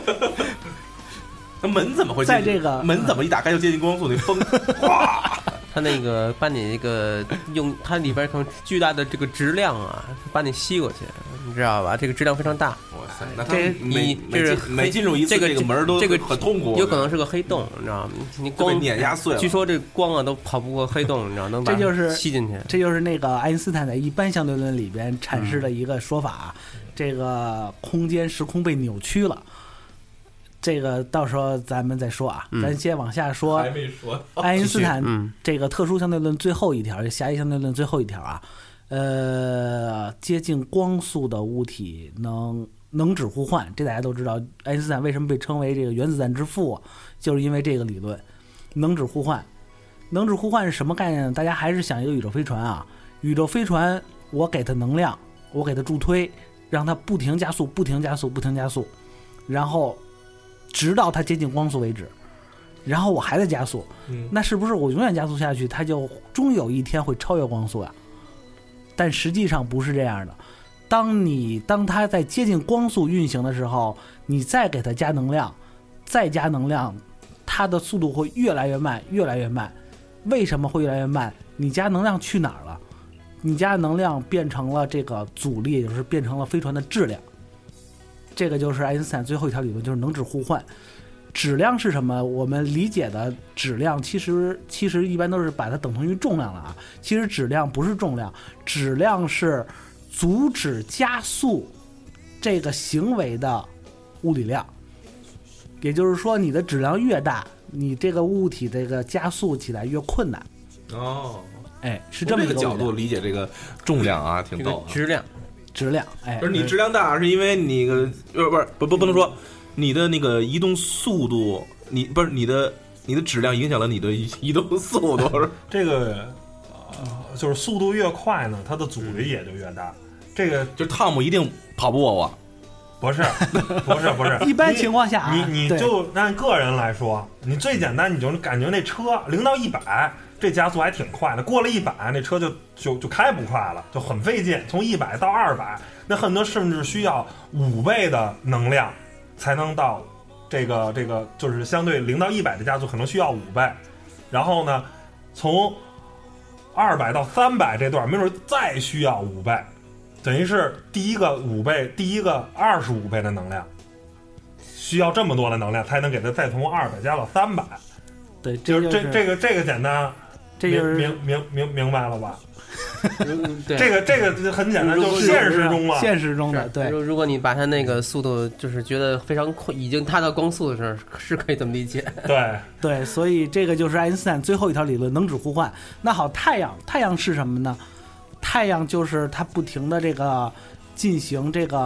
那门怎么会在这个门怎么一打开就接近光速？那风哗， 它那个把你那个用它里边可能巨大的这个质量啊，把你吸过去，你知道吧？这个质量非常大。 哇塞，那这每这是每进入一次这个这个门都这个很痛苦， 有可能是个黑洞，你知道吗？你光碾压碎了。 据说这光啊都跑不过黑洞，你知道能把这就是吸进去。 这就是那个爱因斯坦在一般相对论里边阐释的一个说法，嗯、这个空间时空被扭曲了。这个到时候咱们再说啊， 嗯、 咱先往下说。 还没说爱因斯坦这个特殊相对论最后一条，狭义相对论最后一条啊，呃，接近光速的物体能能指互换，这大家都知道。爱因斯坦为什么被称为这个原子弹之父，就是因为这个理论，能指互换。能指互换是什么概念呢？大家还是想一个宇宙飞船啊，宇宙飞船我给它能量，我给它助推，让它不停加速，不停加速，不停加速，然后直到它接近光速为止，然后我还在加速， 嗯、 那是不是我永远加速下去，它就终有一天会超越光速啊？但实际上不是这样的。当你当它在接近光速运行的时候，你再给它加能量，再加能量，它的速度会越来越慢，越来越慢。为什么会越来越慢？你加能量去哪儿了？你加能量变成了这个阻力，也就是变成了飞船的质量。这个就是爱因斯坦最后一条理论，就是能指互换。质量是什么？我们理解的质量其实其实一般都是把它等同于重量了啊。其实质量不是重量，质量是阻止加速这个行为的物理量。也就是说，你的质量越大，你这个物体这个加速起来越困难。 哦， 哎，是这么一个角度理解这个重量啊，挺逗。 质量， 质量，哎， 不是你质量大，是因为你个不不是不不不能说你的那个移动速度，你不是你的你的质量影响了你的移动速度。 这个呃，就是速度越快呢，它的阻力也就越大。这个就汤姆一定跑不过我。 不是，不是，不是。 一般情况下、啊， 你你就按个人来说，你最简单，你就感觉那车零到一百，这加速还挺快的。过了一百，那车就就就开不快了，就很费劲。从一百到二百，那很多甚至需要五倍的能量才能到这个这个，就是相对零到一百的加速可能需要五倍。然后呢，从二百到三百这段，没准再需要五倍。等于是第一个五倍，第一个二十五倍的能量，需要这么多的能量才能给它再从二百加到三百。 对， 就是这这个这个简单， 这就是明明明明白了吧？ 对， 这个这个很简单，就是现实中嘛， 现实中的对。 如果你把它那个速度就是觉得非常快，已经达到光速的时候，是可以这么理解。 对对，所以这个就是爱因斯坦最后一条理论，能指互换。那好，太阳，太阳是什么呢？太阳就是它不停的这个进行这个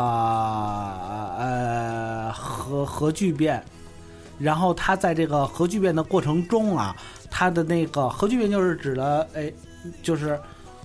呃核核聚变，然后它在这个核聚变的过程中啊，它的那个核聚变就是指了哎，就是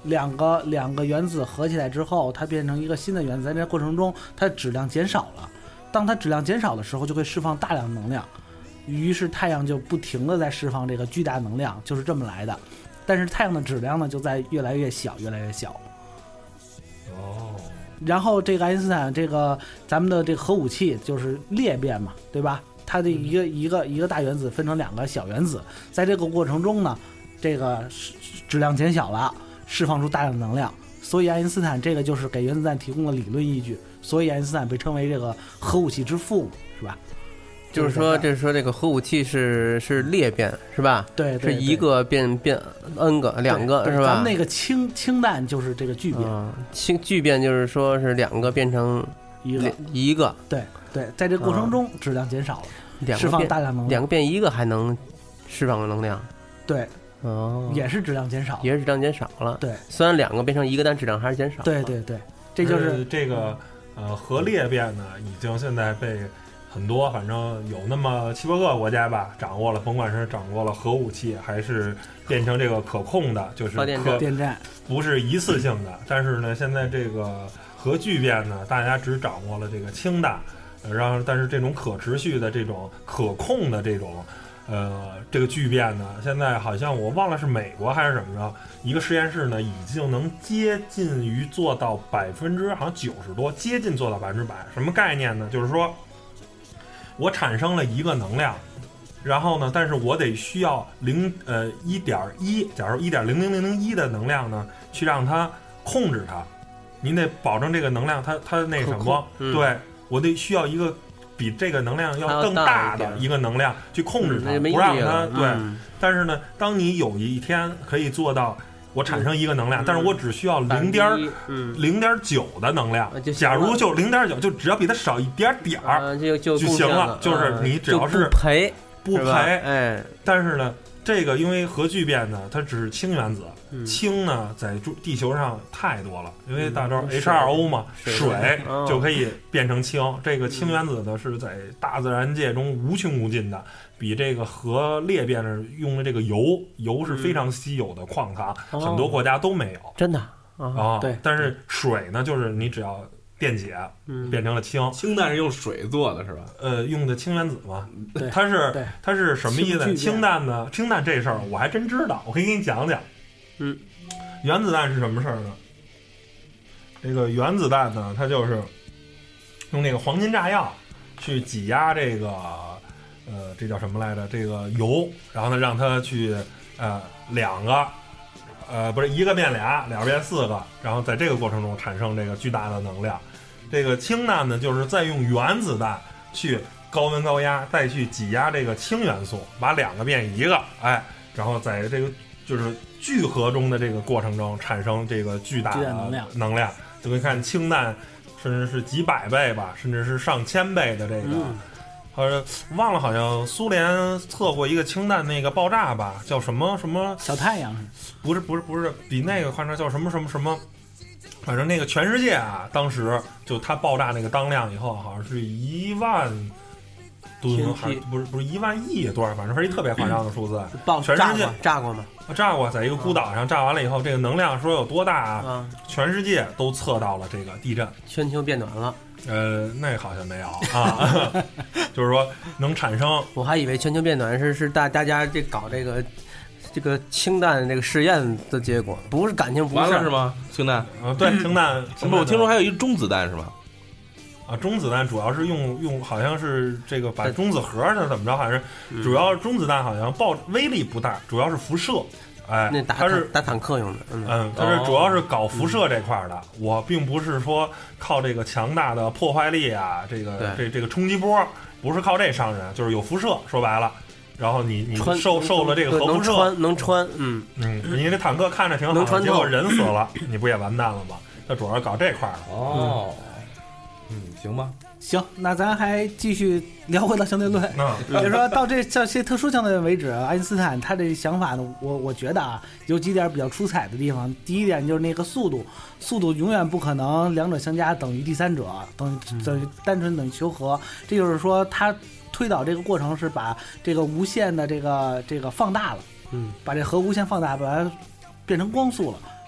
两个两个原子合起来之后，它变成一个新的原子，在这个过程中它质量减少了。当它质量减少的时候，就会释放大量能量，于是太阳就不停的在释放这个巨大能量，就是这么来的。但是太阳的质量呢，就在越来越小，越来越小。 哦。 然后这个爱因斯坦这个咱们的这个核武器就是裂变嘛，对吧？它的一个一个一个大原子分成两个小原子，在这个过程中呢，这个质量减小了，释放出大量能量。所以爱因斯坦这个就是给原子弹提供了理论依据，所以爱因斯坦被称为这个核武器之父，是吧？ 就是说，就是说，这个核武器是是裂变，是吧？ 对，对是一个变变 n 个，两个是吧？ 咱们那个氢氢弹就是这个聚变， 嗯、氢聚变就是说是两个变成一个一个， 对对，在这个过程中、嗯、质量减少了，释放大量能量， 两个变一个还能释放能量， 对。 哦， 也是质量减少， 也是质量减少了。 对， 虽然两个变成一个，但质量还是减少了。 对对对，这就是这个呃核裂变呢，已经现在被很多，反正有那么七八个国家吧掌握了，甭管是掌握了核武器，还是变成这个可控的，就是核电站， 不是一次性的。但是呢，现在这个核聚变呢，大家只掌握了这个氢弹，然后但是这种可持续的这种可控的这种。呃，这个聚变呢，现在好像我忘了是美国还是什么着，一个实验室呢，已经能接近于做到百分之好像九十多，接近做到百分之百。什么概念呢？就是说，我产生了一个能量，然后呢，但是我得需要零呃一点一，假如一点零零零零一的能量呢，去让它控制它。您得保证这个能量它它那什么， 嗯、 对我得需要一个。比这个能量要更大的一个能量去控制它， 嗯、 不让它对、 嗯。 但是呢，当你有一天可以做到，我产生一个能量，嗯、但是我只需要零点零点九的能量。 嗯、 假如就零点九，就只要比它少一点点儿、 嗯、就就就行了。 了就是你只要是不赔不赔， 哎， 但是呢，这个因为核聚变呢，它只是氢原子。 嗯、 氢呢，在地球上太多了，因为大家知道 H 二 O 嘛， 水, 水哦、 就可以变成氢。这个氢原子呢，是在大自然界中无穷无尽的，比这个核裂变呢用的这个油，油是非常稀有的矿藏， 嗯、 很多国家都没有。 真的啊、 哦， 对。但是水呢，就是你只要电解、 嗯、 变成了氢。 氢弹是用水做的是吧？ 呃，用的氢原子嘛。 对， 它是它是什么意思？氢弹呢？氢弹这事儿我还真知道，我可以给你讲讲。 嗯， 原子弹是什么事儿呢？这个原子弹呢，它就是用那个黄金炸药去挤压这个呃，这叫什么来着？这个油，然后呢，让它去呃两个呃不是一个变俩，俩变四个，然后在这个过程中产生这个巨大的能量。这个氢弹呢，就是再用原子弹去高温高压，再去挤压这个氢元素，把两个变一个，哎，然后在这个就是聚合中的这个过程中产生这个巨大的能量， 能量就可以看氢弹，甚至是几百倍吧，甚至是上千倍的这个。 嗯呃，忘了，好像苏联测过一个氢弹那个爆炸吧，叫什么什么小太阳？ 不是不是不是，比那个夸张，叫什么什么什么，反正那个全世界啊，当时就它爆炸那个当量以后，好像是一万吨，还不是不是一万亿多少，反正是一特别夸张的数字。 爆全世界炸过吗？ 炸过，在一个孤岛上炸完了以后，这个能量说有多大啊？ 嗯、 全世界都测到了这个地震， 全球变暖了。 呃，那好像没有啊，就是说能产生。 我还以为全球变暖是是大大家这搞这个这个氢弹这个试验的结果，不是感情不是完了是吗？氢弹啊，对，氢弹。 不，我听说还有一中子弹是吗？ 啊，中子弹主要是用用，好像是这个把中子核是怎么着？好像是主要中子弹好像爆威力不大，主要是辐射。哎， 那打它是打坦克用的， 嗯，嗯它是主要是搞辐射这块的。嗯、我并不是说靠这个强大的破坏力啊，这个这这个冲击波，不是靠这伤人，就是有辐射。说白了，然后你你受受了这个核辐射， 能穿能穿，嗯嗯，你这坦克看着挺好， 能穿结果人死了，你不也完蛋了吗？它主要是搞这块的。 哦，嗯，行吧。 行，那咱还继续聊回到相对论， 嗯、 也就是说到这这些特殊相对论为止，爱因斯坦他这想法呢，我我觉得啊，有几点比较出彩的地方。第一点就是那个速度，速度永远不可能两者相加等于第三者，等于等于单纯等于求和。这就是说，他推导这个过程是把这个无限的这个这个放大了， 嗯， 把这核无限放大，把它变成光速了。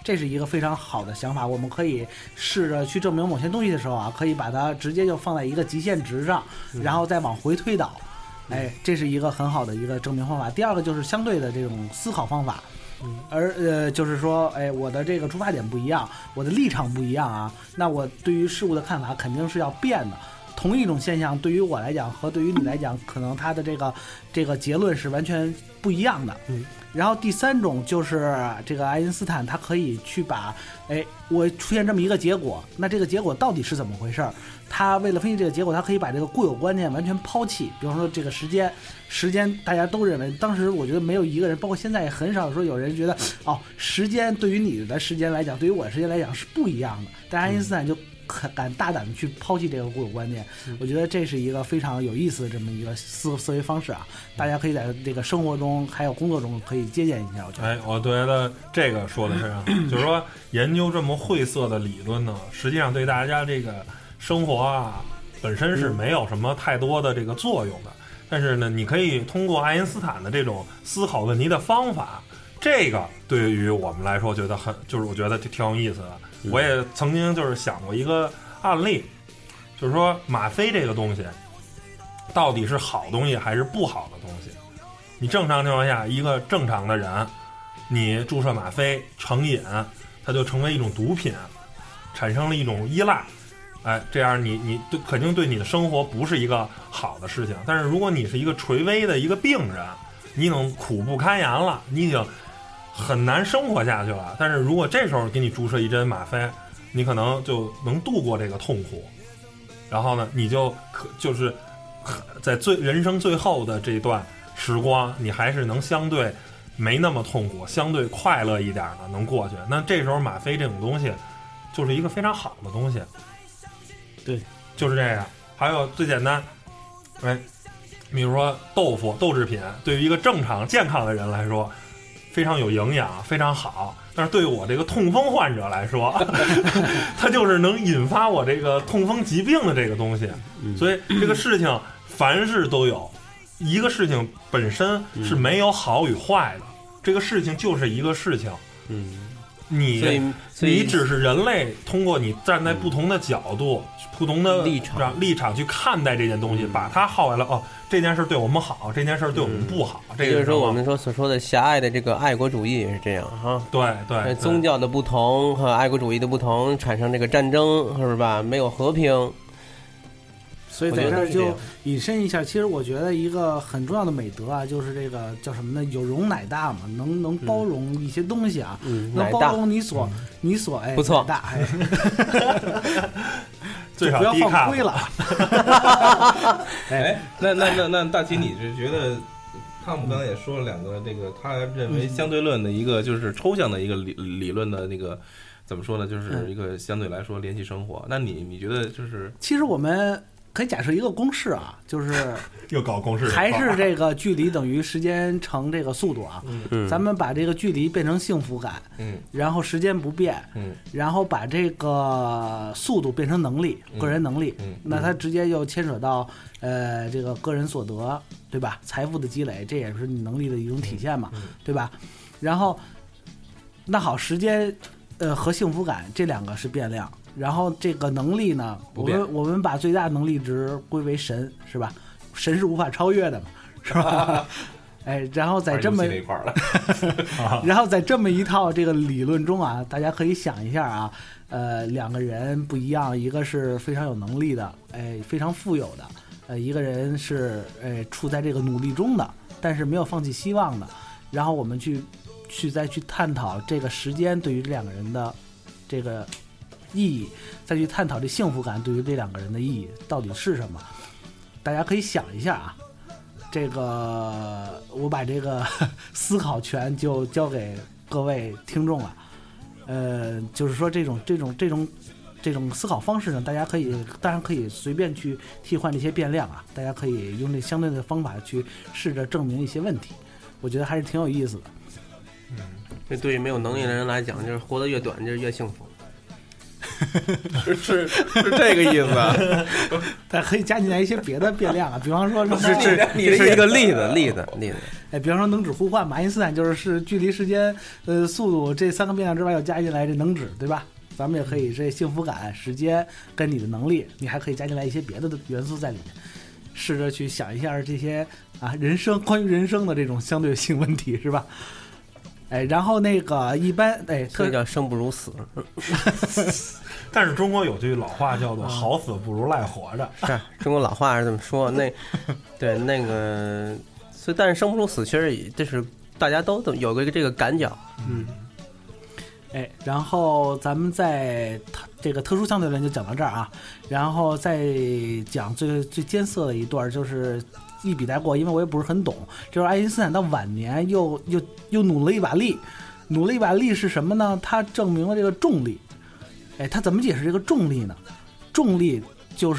这是一个非常好的想法。我们可以试着去证明某些东西的时候啊，可以把它直接就放在一个极限值上，然后再往回推导。哎，这是一个很好的一个证明方法。第二个就是相对的这种思考方法。而呃，就是说，哎，我的这个出发点不一样，我的立场不一样啊，那我对于事物的看法肯定是要变的。同一种现象对于我来讲和对于你来讲，可能它的这个这个结论是完全不一样的。嗯。然后第三种就是这个爱因斯坦，他可以去把，哎，我出现这么一个结果，那这个结果到底是怎么回事？他为了分析这个结果，他可以把这个固有观念完全抛弃。比方说这个时间，时间大家都认为，当时我觉得没有一个人，包括现在也很少说有人觉得，哦，时间对于你的时间来讲，对于我的时间来讲是不一样的。但爱因斯坦就敢大胆的去抛弃这个固有观念，我觉得这是一个非常有意思的这么一个思思维方式啊，大家可以在这个生活中还有工作中可以借鉴一下。我觉得， 哎，我觉得这个说的非常好，就是说研究这么晦涩的理论呢，实际上对大家这个生活啊本身是没有什么太多的这个作用的。但是呢，你可以通过爱因斯坦的这种思考问题的方法，这个对于我们来说觉得很，就是我觉得挺有意思的。我也曾经就是想过一个案例，就是说吗啡这个东西到底是好东西还是不好的东西。你正常情况下，一个正常的人，你注射吗啡成瘾，它就成为一种毒品，产生了一种依赖，哎，这样你你对肯定对你的生活不是一个好的事情。但是如果你是一个垂危的一个病人，你已经苦不堪言了，你已经很难生活下去了。但是如果这时候给你注射一针吗啡，你可能就能度过这个痛苦，然后呢，你就可就是在最人生最后的这段时光，你还是能相对没那么痛苦，相对快乐一点的能过去。那这时候吗啡这种东西就是一个非常好的东西。 对， 就是这样。还有最简单，哎，比如说豆腐豆制品，对于一个正常健康的人来说非常有营养，非常好。但是对于我这个痛风患者来说，它就是能引发我这个痛风疾病的这个东西。所以这个事情凡事都有，一个事情本身是没有好与坏的，这个事情就是一个事情。 嗯， 你你只是人类通过你站在不同的角度、不同的立场立场去看待这件东西，把它耗为了哦，这件事对我们好，这件事对我们不好。 这就是说我们说所说的狭隘的这个爱国主义也是这样哈。 对对， 宗教的不同和爱国主义的不同产生这个战争，是吧？没有和平。 所以在这儿就引申一下，其实我觉得一个很重要的美德啊，就是这个叫什么呢？有容乃大嘛，能能包容一些东西啊， 嗯、 能包容你所、嗯、你所哎， 不错， 大哎， 最少不要放亏了。 哎，那那那那大齐，你是觉得汤姆刚才也说了两个这个他认为相对论的一个就是抽象的一个理理论的那个。怎么说呢？就是一个相对来说联系生活。那你你觉得就是？ 其实我们可以假设一个公式啊，就是又搞公式， 还是这个距离等于时间乘这个速度啊。 嗯， 咱们把这个距离变成幸福感， 嗯， 然后时间不变， 嗯， 然后把这个速度变成能力， 嗯、 个人能力， 嗯， 那它直接又牵扯到呃这个个人所得，对吧？财富的积累，这也是你能力的一种体现嘛， 嗯、 对吧？然后，那好，时间。呃，和幸福感这两个是变量，然后这个能力呢，我们我们把最大能力值归为神，是吧？神是无法超越的嘛，是吧？哎，然后在这么然后在这么一套这个理论中啊，大家可以想一下啊，呃，两个人不一样，一个是非常有能力的，哎，非常富有的，呃，一个人是哎处在这个努力中的，但是没有放弃希望的，然后我们去。去再去探讨这个时间对于这两个人的这个意义，再去探讨这幸福感对于这两个人的意义到底是什么？大家可以想一下啊。这个我把这个思考权就交给各位听众了。呃，就是说这种这种这种这种思考方式呢，大家可以当然可以随便去替换这些变量啊，大家可以用这相对的方法去试着证明一些问题，我觉得还是挺有意思的。 嗯，这对于没有能力的人来讲，就是活得越短就是越幸福。 是是是这个意思啊， 但可以加进来一些别的变量啊，比方说是是你是一个例子例子例子。 哎，比方说能指互换嘛，爱因斯坦就是是距离、时间、呃速度这三个变量之外要加进来这能指，对吧？咱们也可以这幸福感、时间跟你的能力，你还可以加进来一些别的元素在里面，试着去想一下这些啊人生关于人生的这种相对性问题，是吧？哎，然后那个一般哎， 这叫生不如死。 但是中国有句老话叫做“好死不如赖活着”， 是中国老话是这么说。那对那个，所以但是生不如死，其实也这是大家都有个这个感觉。嗯。 哎，然后咱们在这个特殊相对论就讲到这儿啊，然后再讲最最艰涩的一段，就是一笔带过，因为我也不是很懂。就是爱因斯坦到晚年又又又努了一把力，努了一把力是什么呢？他证明了这个重力。哎，他怎么解释这个重力呢？重力就是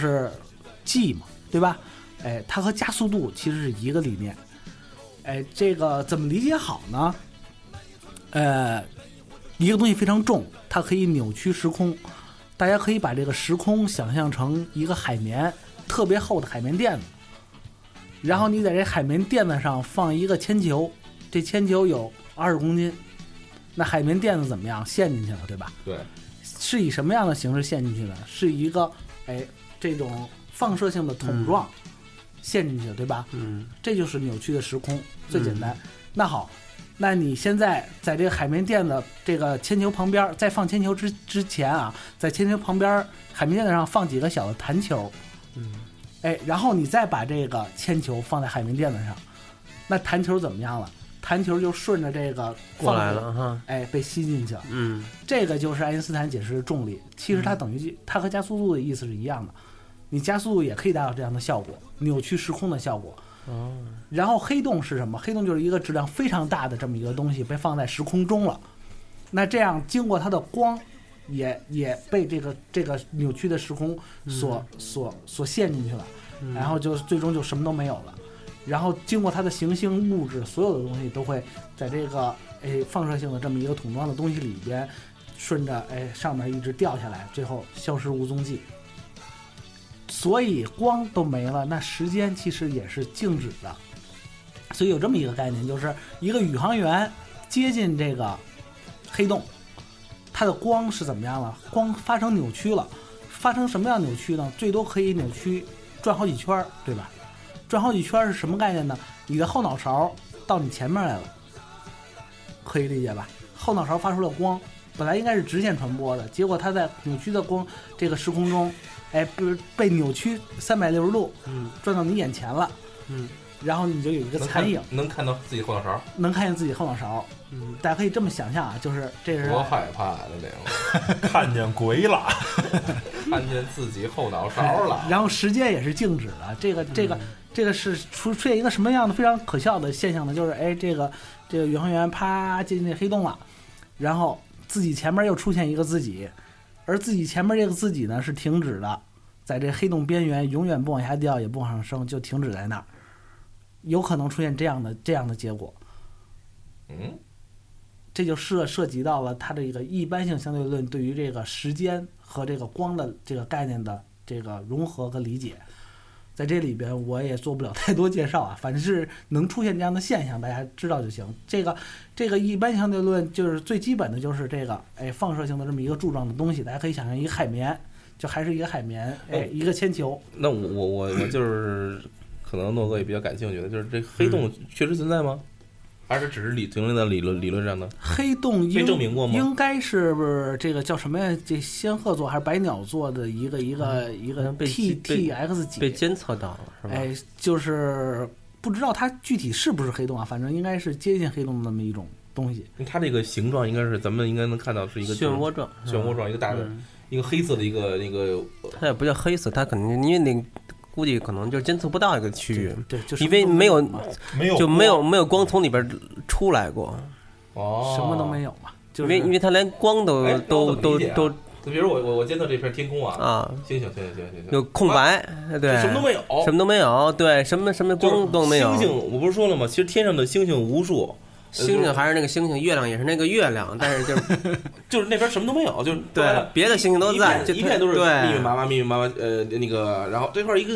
G 嘛，对吧？哎，它和加速度其实是一个理念。哎，这个怎么理解好呢？呃。一个东西非常重，它可以扭曲时空。大家可以把这个时空想象成一个海绵，特别厚的海绵垫子。然后你在这海绵垫子上放一个铅球，这铅球有二十公斤，那海绵垫子怎么样？陷进去了，对吧？ 对。 是以什么样的形式陷进去的？是一个哎这种放射性的桶状陷进去的，对吧？ 嗯。 这就是扭曲的时空，最简单。嗯、那好。那你现在在这个海绵垫的这个铅球旁边，在放铅球之之前啊，在铅球旁边海绵垫上放几个小的弹球， 嗯， 哎，然后你再把这个铅球放在海绵垫子上，那弹球怎么样了？弹球就顺着这个过来了哈， 哎，被吸进去了。 嗯， 这个就是爱因斯坦解释的重力，其实它等于它和加速度的意思是一样的，你加速度也可以达到这样的效果，扭曲时空的效果。 哦， 然后黑洞是什么？黑洞就是一个质量非常大的这么一个东西被放在时空中了，那这样经过它的光也也被这个这个扭曲的时空所、嗯、所所陷进去了，然后就最终就什么都没有了。然后经过它的行星物质，所有的东西都会在这个哎放射性的这么一个桶状的东西里边，顺着哎上面一直掉下来，最后消失无踪迹。所以光都没了，那时间其实也是静止的。所以有这么一个概念，就是一个宇航员接近这个黑洞，它的光是怎么样了？光发生扭曲了，发生什么样扭曲呢？最多可以扭曲转好几圈，对吧？转好几圈是什么概念呢？你的后脑勺到你前面来了，可以理解吧？后脑勺发出了光，本来应该是直线传播的，结果它在扭曲的光这个时空中，哎，被被扭曲三百六十度， 嗯， 转到你眼前了， 嗯， 然后你就有一个残影， 能 看, 能看到自己后脑勺， 能看见自己后脑勺， 嗯， 大家可以这么想象啊，就是这是多害怕的这种， 看见鬼了， 看见自己后脑勺了， 然后时间也是静止的，这个这个、嗯、这个是出出现一个什么样的非常可笑的现象呢？就是哎，这个这个宇航员啪进那黑洞了，然后自己前面又出现一个自己，而自己前面这个自己呢是停止的，在这黑洞边缘永远不往下掉也不往上升，就停止在那儿，有可能出现这样的这样的结果。 嗯， 这就涉涉及到了它这个一般性相对论对于这个时间和这个光的这个概念的这个融合和理解。在这里边我也做不了太多介绍啊，反正是能出现这样的现象大家知道就行。这个这个一般性相对论就是最基本的就是这个哎放射性的这么一个柱状的东西，大家可以想象一个海绵，就还是一个海绵，哎一个铅球。 那我我我我就是可能诺哥也比较感兴趣的，就是这黑洞确实存在吗？还是只是理停留在理论理论上的？ 黑洞被证明过吗？ 应该是不是这个叫什么呀？这仙鹤座还是白鸟座的一个一个、嗯、一个 T T X 几被监测到了，是吧？ 哎，就是不知道它具体是不是黑洞啊，反正应该是接近黑洞的那么一种东西。 它这个形状应该是咱们应该能看到是一个漩涡状， 漩涡状一个大的、嗯、一个黑色的一个那个。 它也不叫黑色，它可能因为那。估计可能就监测不到一个区域， 对，就是因为没有， 没有就没有没有光从里边出来过， 哦， 什么都没有嘛，就是、 因为因为它连光都、 哎、 都都都， 就比如我我我监测这片天空啊， 啊， 星星，对对对对， 有空白，对， 什么都没有， 什么都没有，对，什么什么光都没有。 星星，我不是说了吗？其实天上的星星无数。 星星还是那个星星，月亮也是那个月亮，但是就是就是那边什么都没有，就是对别的星星都在， 一片都是密密麻麻密密麻麻呃那个，然后这块一个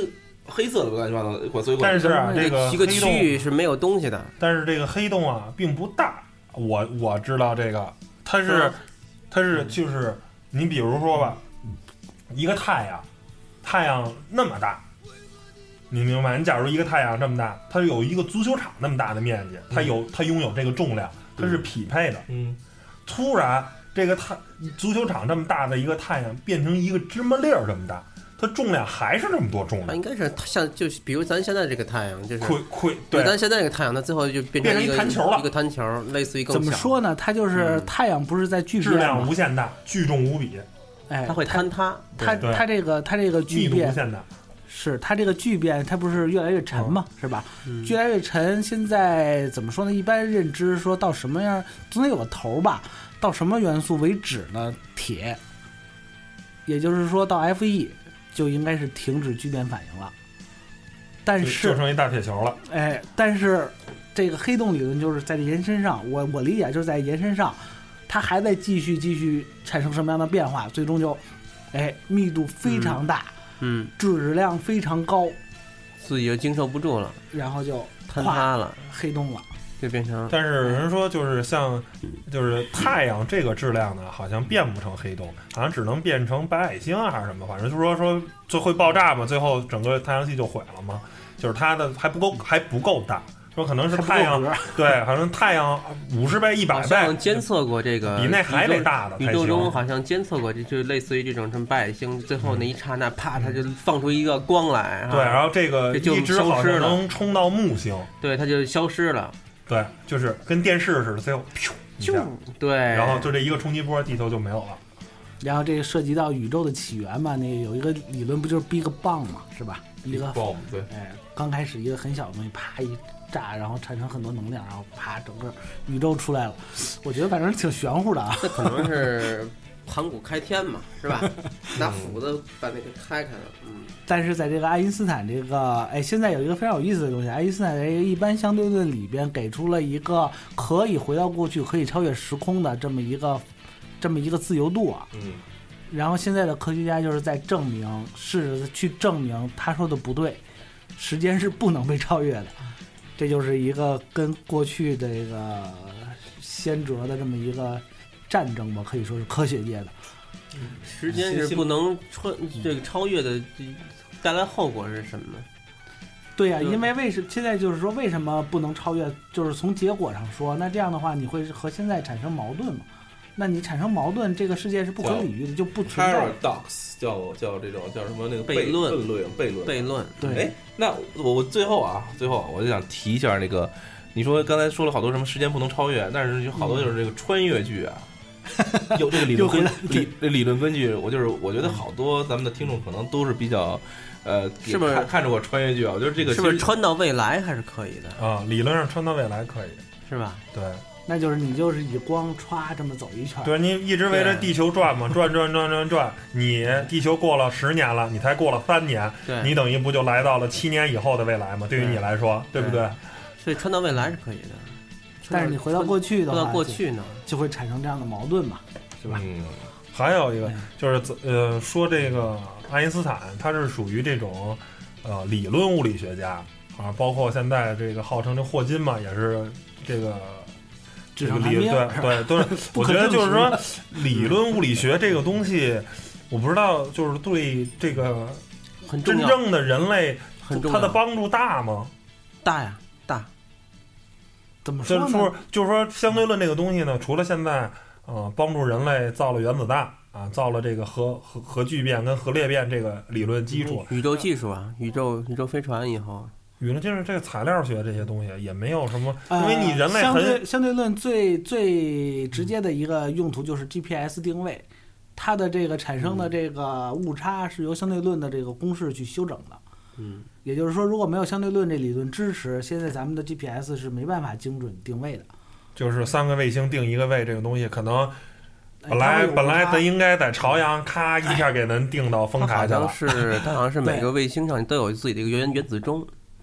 黑色的乱七八糟的，所以但是啊，这个一个区域是没有东西的。 但是这个黑洞啊并不大，我我知道这个，它是它是就是你比如说吧，一个太阳，太阳那么大。你明白？你假如一个太阳这么大，它有一个足球场那么大的面积，它有它拥有这个重量，它是匹配的。 嗯， 突然这个太足球场这么大的一个太阳变成一个芝麻粒儿这么大，它重量还是这么多重量。 它应该是像就是比如咱现在这个太阳，就是亏亏对，咱现在这个太阳，它最后就变成一个变成一弹球了， 一个弹球，类似于更怎么说呢？它就是太阳不是在巨变， 质量无限大，聚重无比。 哎， 它会坍塌。 它它这个它这个巨变密度无限大。 是它这个巨变，它不是越来越沉嘛，嗯、是吧？嗯、越来越沉，现在怎么说呢？一般认知说到什么样，总得有个头吧？到什么元素为止呢？铁，也就是说到 F E 就应该是停止聚变反应了。但是就剩一大铁球了。 哎，但是这个黑洞理论就是在延伸上，我我理解就是在延伸上，它还在继续继续产生什么样的变化，最终就，哎，密度非常大。 嗯嗯， 质量非常高， 自己就经受不住了， 然后就坍塌了， 黑洞了， 就变成。 但是人说就是像，就是太阳这个质量呢，好像变不成黑洞，好像只能变成白矮星啊还是什么，反正就是说说就会爆炸嘛，最后整个太阳系就毁了嘛，就是它的还不够还不够大。说可能是太阳，对，好像太阳五十倍、一百倍。 好像监测过这个， 比那还得大的。 宇宙中好像监测过，就就类似于这种什么白矮星，最后那一刹那，啪，它就放出一个光来。 对，然后这个一直好像能冲到木星， 对，它就消失了。 对，就是跟电视似的，最后咻一下， 对，然后就这一个冲击波，地球就没有了。 然后这个涉及到宇宙的起源嘛，那个有一个理论不就是 Big Bang 嘛，是吧？一个 Bang， 对， 哎，刚开始一个很小的东西，啪一炸，然后产生很多能量，然后啪，整个宇宙出来了。我觉得反正挺玄乎的啊。 这可能是盘古开天嘛，是吧？拿斧子把那个开开了。嗯。 但是在这个爱因斯坦这个，哎，现在有一个非常有意思的东西，爱因斯坦这个一般相对论里边给出了一个可以回到过去、可以超越时空的这么一个这么一个自由度啊。 嗯。 然后现在的科学家就是在证明，试着去证明他说的不对，时间是不能被超越的。这就是一个跟过去这个先哲的这么一个战争吧，可以说是科学界的。 时间是不能超这个超越的，带来后果是什么？ 对呀、啊，因为为什现在就是说为什么不能超越？就是从结果上说，那这样的话你会和现在产生矛盾嘛？那你产生矛盾，这个世界是不可理喻的，就不存在。 paradox 叫叫这种叫什么那个悖论悖论悖论悖论。 对， 哎，那我我最后啊，最后我就想提一下那个，你说刚才说了好多什么时间不能超越，但是有好多就是这个穿越剧啊，嗯、有这个理论根理理论根据，我就是我觉得好多咱们的听众可能都是比较。呃， 是不是看看着过穿越剧啊？我觉得这个是不是穿到未来还是可以的啊？理论上穿到未来可以， 是吧？ 对。 那就是你就是以光歘这么走一圈， 对，你一直围着地球转嘛，转转转转转，你地球过了十年了，你才过了三年，你等于不就来到了七年以后的未来嘛？对于你来说，对不对？ 所以穿到未来是可以的， 但是你回到过去的话， 回到过去呢， 就会产生这样的矛盾嘛，是吧？ 嗯，还有一个就是呃，说这个爱因斯坦，他是属于这种呃理论物理学家啊，包括现在这个号称这霍金嘛，也是这个。这个理对对都是，我觉得就是说，理论物理学这个东西，我不知道，就是对这个真正的人类，它的帮助大吗？ 大呀，大。 怎么说呢？ 就是说，就是说，相对论这个东西呢，除了现在呃帮助人类造了原子弹啊，造了这个核核核聚变跟核裂变这个理论基础， 宇宙技术啊，宇宙宇宙飞船以后。 宇宙就是这个材料学这些东西也没有什么，因为你人类很、 呃、相对相对论最最直接的一个用途就是 G P S 定位，它的这个产生的这个误差是由相对论的这个公式去修整的。 嗯， 也就是说，如果没有相对论这理论支持，现在咱们的 G P S 是没办法精准定位的。 就是三个卫星定一个位，这个东西可能。本来本来咱应该在朝阳，咔一下给咱定到丰台去了。 它好像是它好像是每个卫星上都有自己的一个原原子钟。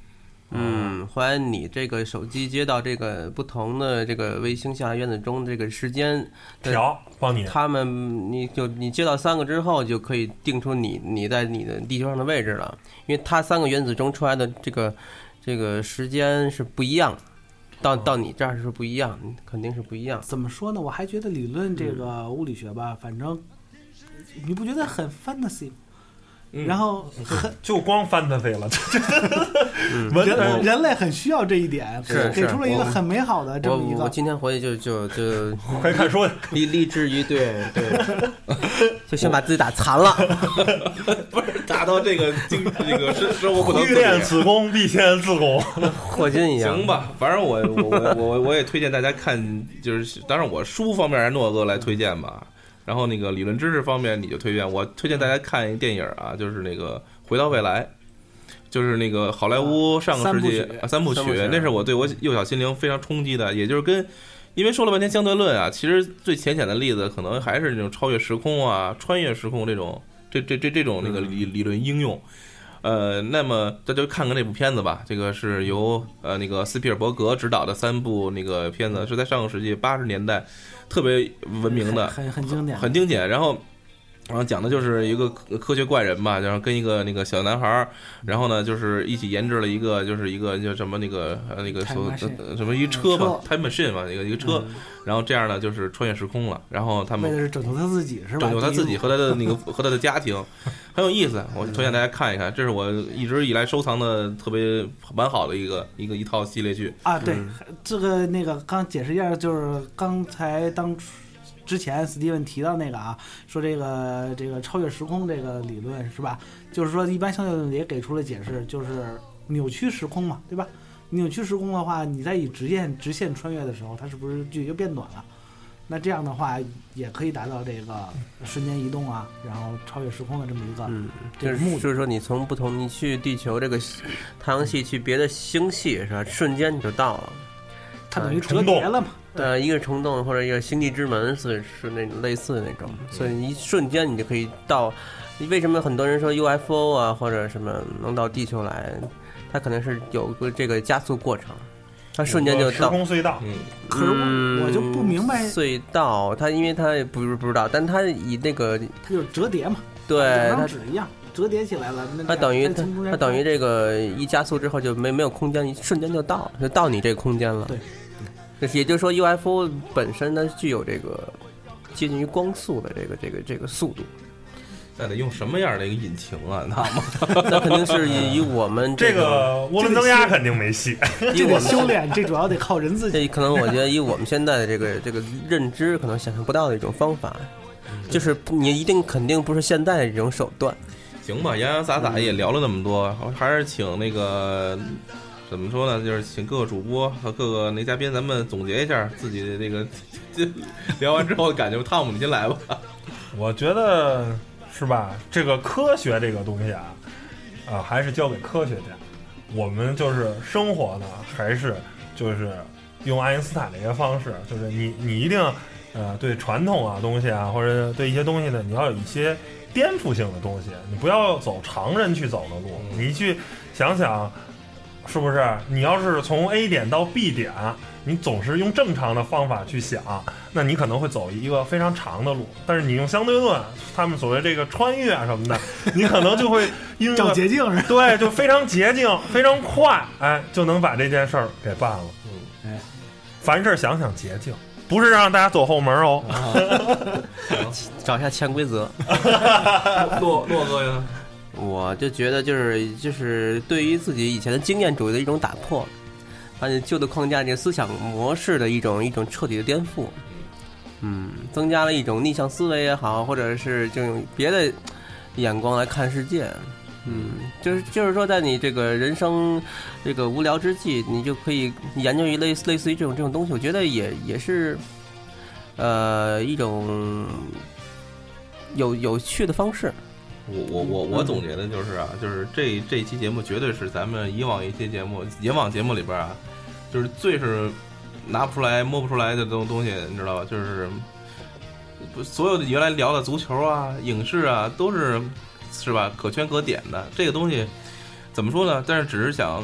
嗯，后来你这个手机接到这个不同的这个卫星下原子钟这个时间调，帮你他们你就你接到三个之后，就可以定出你你在你的地球上的位置了，因为它三个原子钟出来的这个这个时间是不一样，到到你这儿是不一样，肯定是不一样。 怎么说呢？我还觉得理论这个物理学吧，反正你不觉得很 fantasy 吗？然后很就光 fantasy 了， 人人类很需要这一点， 是给出了一个很美好的这么一个。 我我今天回去就就就快看书去， 立立志于对对，就先把自己打残了， 不是打到这个经这个生生活不能欲练此功，必先自宫， 霍金一样。 行吧，反正我我我我我也推荐大家看，就是当然我书方面诺哥来推荐吧。然后那个理论知识方面你就推荐，我推荐大家看一个电影啊，就是那个《回到未来》，就是那个好莱坞上个世纪啊三部曲，那是我对我幼小心灵非常冲击的。也就是跟，因为说了半天相对论啊，其实最浅显的例子可能还是那种超越时空啊、穿越时空这种这这这这种那个理理论应用。呃，那么大家就看看这部片子吧。这个是由呃那个斯皮尔伯格执导的三部那个片子，是在上个世纪八十年代特别闻名的， 很很经典， 很经典。然后，然后讲的就是一个科学怪人嘛，然后跟一个那个小男孩，然后呢就是一起研制了一个就是一个叫什么那个呃那个所什么一车吧 ，time machine 嘛，一个一个车。然后这样呢就是穿越时空了。然后他们为的是拯救他自己是吧？ 拯救他自己和他的那个和他的家庭，很有意思。我推荐大家看一看，这是我一直以来收藏的特别完好的一个一个一套系列剧啊。对，这个那个刚解释一下，就是刚才当之前史蒂文提到那个啊，说这个这个超越时空这个理论是吧？就是说一般相对论也给出了解释，就是扭曲时空嘛，对吧？扭曲时空的话，你在以直线直线穿越的时候，它是不是距离就变短了？那这样的话也可以达到这个瞬间移动啊，然后超越时空的这么一个嗯， 这个目的。 就是说你从不同，你去地球这个太阳系去别的星系是吧？瞬间你就到了， 它等于折叠了嘛？ 对，一个虫洞或者一个星际之门是是那种类似的那种，所以一瞬间你就可以到。为什么很多人说 U F O 啊或者什么能到地球来？它可能是有个这个加速过程，它瞬间就到。 时空隧道。 嗯， 可是我就不明白隧道，它因为它也不是不知道，但它以那个它就是折叠嘛， 对， 它纸一样折叠起来了。 它等于它它等于这个一加速之后就没没有空间，一瞬间就到就到你这个空间了。 对， 就是也就是说 U F O 本身它具有这个接近于光速的这个这个这个速度。 那得用什么样的一个引擎啊？那么那肯定是以以我们这个涡轮增压肯定没戏， 这个修炼这主要得靠人自己。 这可能我觉得以我们现在的这个这个认知，可能想象不到的一种方法，就是你一定肯定不是现在的这种手段。 行吧，洋洋洒洒也聊了那么多，还是请那个怎么说呢？就是请各个主播和各个那嘉宾，咱们总结一下自己的这个聊完之后的感觉。汤姆，你先来吧。 我觉得。是吧？这个科学这个东西啊，啊、呃，还是交给科学家。我们就是生活呢，还是就是用爱因斯坦这个方式，就是你你一定呃对传统啊东西啊，或者对一些东西呢，你要有一些颠覆性的东西，你不要走常人去走的路，你去想想，是不是？你要是从 A 点到 B 点，你总是用正常的方法去想，那你可能会走一个非常长的路。但是你用相对论，他们所谓这个穿越什么的，你可能就会因为找捷径是对，就非常捷径，非常快，哎，就能把这件事儿给办了。 嗯， 哎，凡事想想捷径，不是让大家走后门哦。 找一下潜规则。 洛洛哥呀， 我就觉得就是就是对于自己以前的经验主义的一种打破。把你旧的框架、这个思想模式的一种一种彻底的颠覆，嗯，增加了一种逆向思维也好，或者是就用别的眼光来看世界，嗯，就是就是说，在你这个人生这个无聊之际，你就可以研究一类类似于这种这种东西，我觉得也也是，呃，一种有有趣的方式。 我我我我总结的就是啊，就是这这一期节目绝对是咱们以往一些节目以往节目里边啊，就是最是拿不出来摸不出来的这种东西，你知道吧？就是所有的原来聊的足球啊、影视啊，都是是吧可圈可点的。这个东西怎么说呢？但是只是想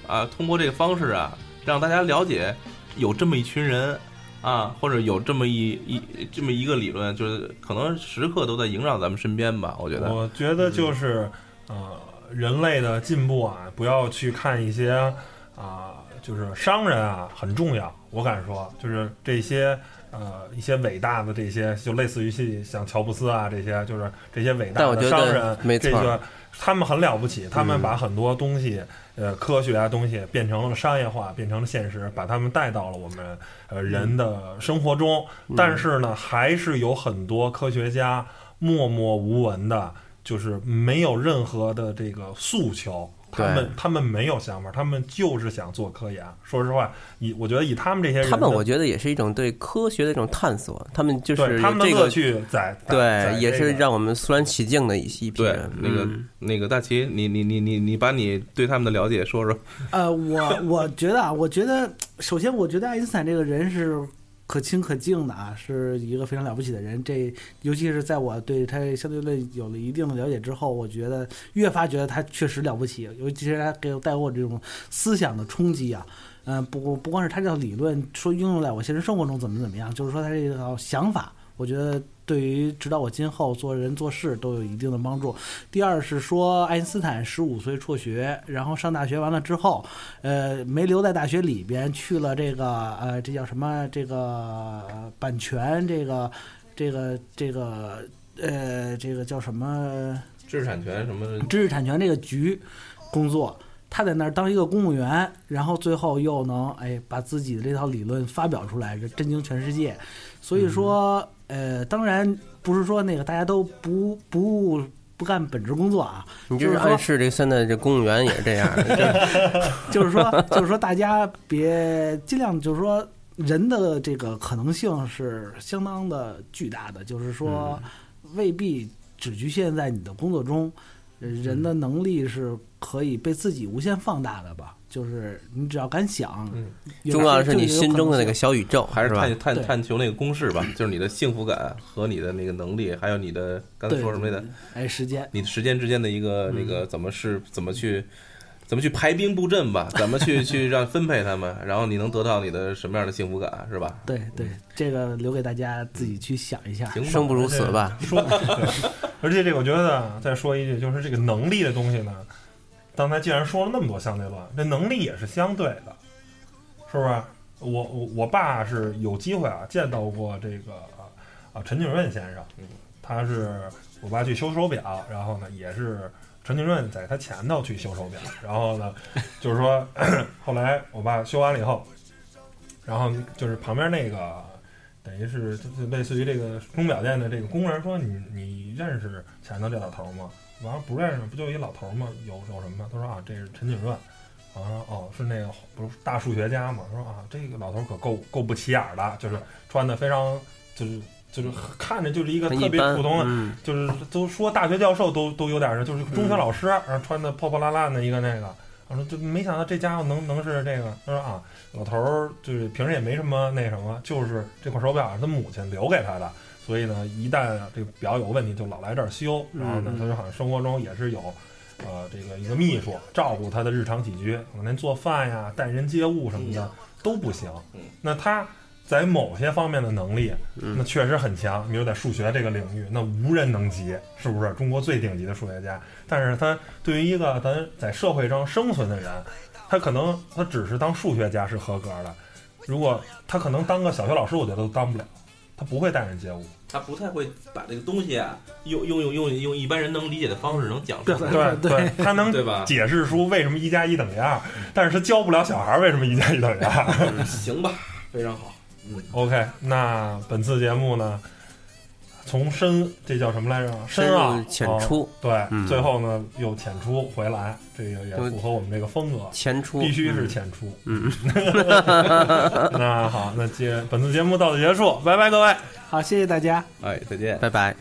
啊，通过这个方式啊，让大家了解有这么一群人啊，或者有这么一一这么一个理论，就是可能时刻都在萦绕咱们身边吧。我觉得， 我觉得就是、嗯、呃，人类的进步啊，不要去看一些啊、呃，就是商人啊很重要。我敢说，就是这些呃一些伟大的这些，就类似于像乔布斯啊这些，就是这些伟大的商人， 没错， 这个他们很了不起，他们把很多东西。嗯呃，科学啊东西变成了商业化，变成了现实，把他们带到了我们呃人的生活中。 嗯、 但是呢，还是有很多科学家默默无闻的，就是没有任何的这个诉求。他们他们没有想法，他们就是想做科研。说实话，以我觉得以他们这些人， 他们我觉得也是一种对科学的一种探索。他们就是对他们的乐趣在， 对， 在也是让我们肃然起敬的一一批人。 那个、嗯、那个大齐，你你你你你把你对他们的了解说说。 呃，我我觉得啊，我觉得首先，我觉得爱因斯坦这个人是可亲可敬的啊，是一个非常了不起的人。这尤其是在我对他相对论有了一定的了解之后，我觉得越发觉得他确实了不起。尤其是他给我带给我这种思想的冲击啊，嗯、呃，不不光是他这套理论说应用在我现实生活中怎么怎么样，就是说他这套想法，我觉得对于指导我今后做人做事都有一定的帮助。第二是说，爱因斯坦十五岁辍学，然后上大学完了之后，呃，没留在大学里边，去了这个呃，这叫什么？这个版权，这个这个这个呃，这个叫什么？ 知识产权什么？ 知识产权这个局工作。他在那儿当一个公务员，然后最后又能哎把自己的这套理论发表出来，这震惊全世界。所以说，呃，当然不是说那个大家都不不不干本职工作啊。 你就是暗示这现在这公务员也是这样的， 就是说，就是说大家别尽量就是说人的这个可能性是相当的巨大的，就是说未必只局限在你的工作中。人的能力是可以被自己无限放大的吧？就是你只要敢想， 嗯、重要的是你心中的那个小宇宙， 还是探探探求那个公式吧？就是你的幸福感和你的那个能力，还有你的刚才说什么来着？ 哎，时间， 你的时间之间的一个那个怎么是怎么去怎么去排兵布阵吧？怎么去去让分配他们？然后你能得到你的什么样的幸福感，是吧？ 对对，这个留给大家自己去想一下。 生不如死吧。 说，而且这个我觉得再说一句，就是这个能力的东西呢，刚才既然说了那么多相对论，这能力也是相对的，是不是？我我我爸是有机会啊见到过这个啊陈景润先生，他是我爸去修手表，然后呢也是陈景润在他前头去修手表，然后呢就是说后来我爸修完了以后，然后就是旁边那个等于是就类似于这个钟表店的这个工人说，你你认识前头这老头吗？完了不认识，不就一老头吗？有有什么？他说啊，这是陈景润。然后说哦，是那个不是大数学家嘛？说啊，这个老头可够够不起眼的，就是穿的非常就是就是看着就是一个特别普通的， 嗯、 就是都说大学教授都都有点就是中学老师，然后穿的破破烂烂的一个那个。然后就没想到这家伙能能是这个。他说啊，老头儿就是平时也没什么那什么，就是这块手表是他母亲留给他的，所以呢，一旦这个表有问题，就老来这儿修。然后呢，他就好像生活中也是有，呃，这个一个秘书照顾他的日常起居，可能连做饭呀、待人接物什么的都不行。那他在某些方面的能力，那确实很强。比如在数学这个领域，那无人能及，是不是？中国最顶级的数学家。但是他对于一个咱在社会上生存的人，他可能他只是当数学家是合格的，如果他可能当个小学老师，我觉得都当不了。他不会待人接物， 他不太会把这个东西啊用用用用用一般人能理解的方式能讲出来。 对对对，他能对吧？ 解释出为什么一加一等于二，但是他教不了小孩为什么一加一等于二。 行吧，非常好。嗯 ，OK， 那本次节目呢，从深这叫什么来着？深奥浅出， 哦、对、嗯，最后呢又浅出回来，这个也符合我们这个风格。 浅出必须是浅出。 嗯， 那好，那接本次节目到此结束，拜拜各位。 好，谢谢大家。 哎，再见， 拜拜。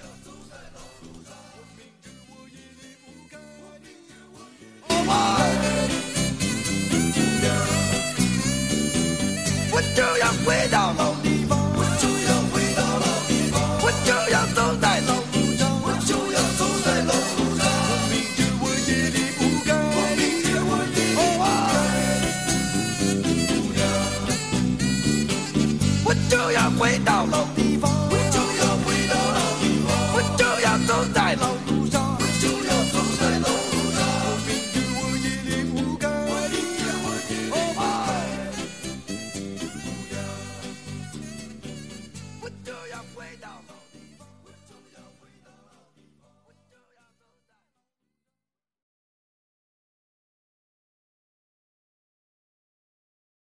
我就要回到老地方，我就要回到老地方，我就要走在老路上，我就要走在老路上。我明知我夜里不该，我明知我夜里不该。 我就要回到老地方，我就要回到老地方，我就要走在老路上，我就要走在老路上。明天我一定不改，明天我一定不改，我就要回到老。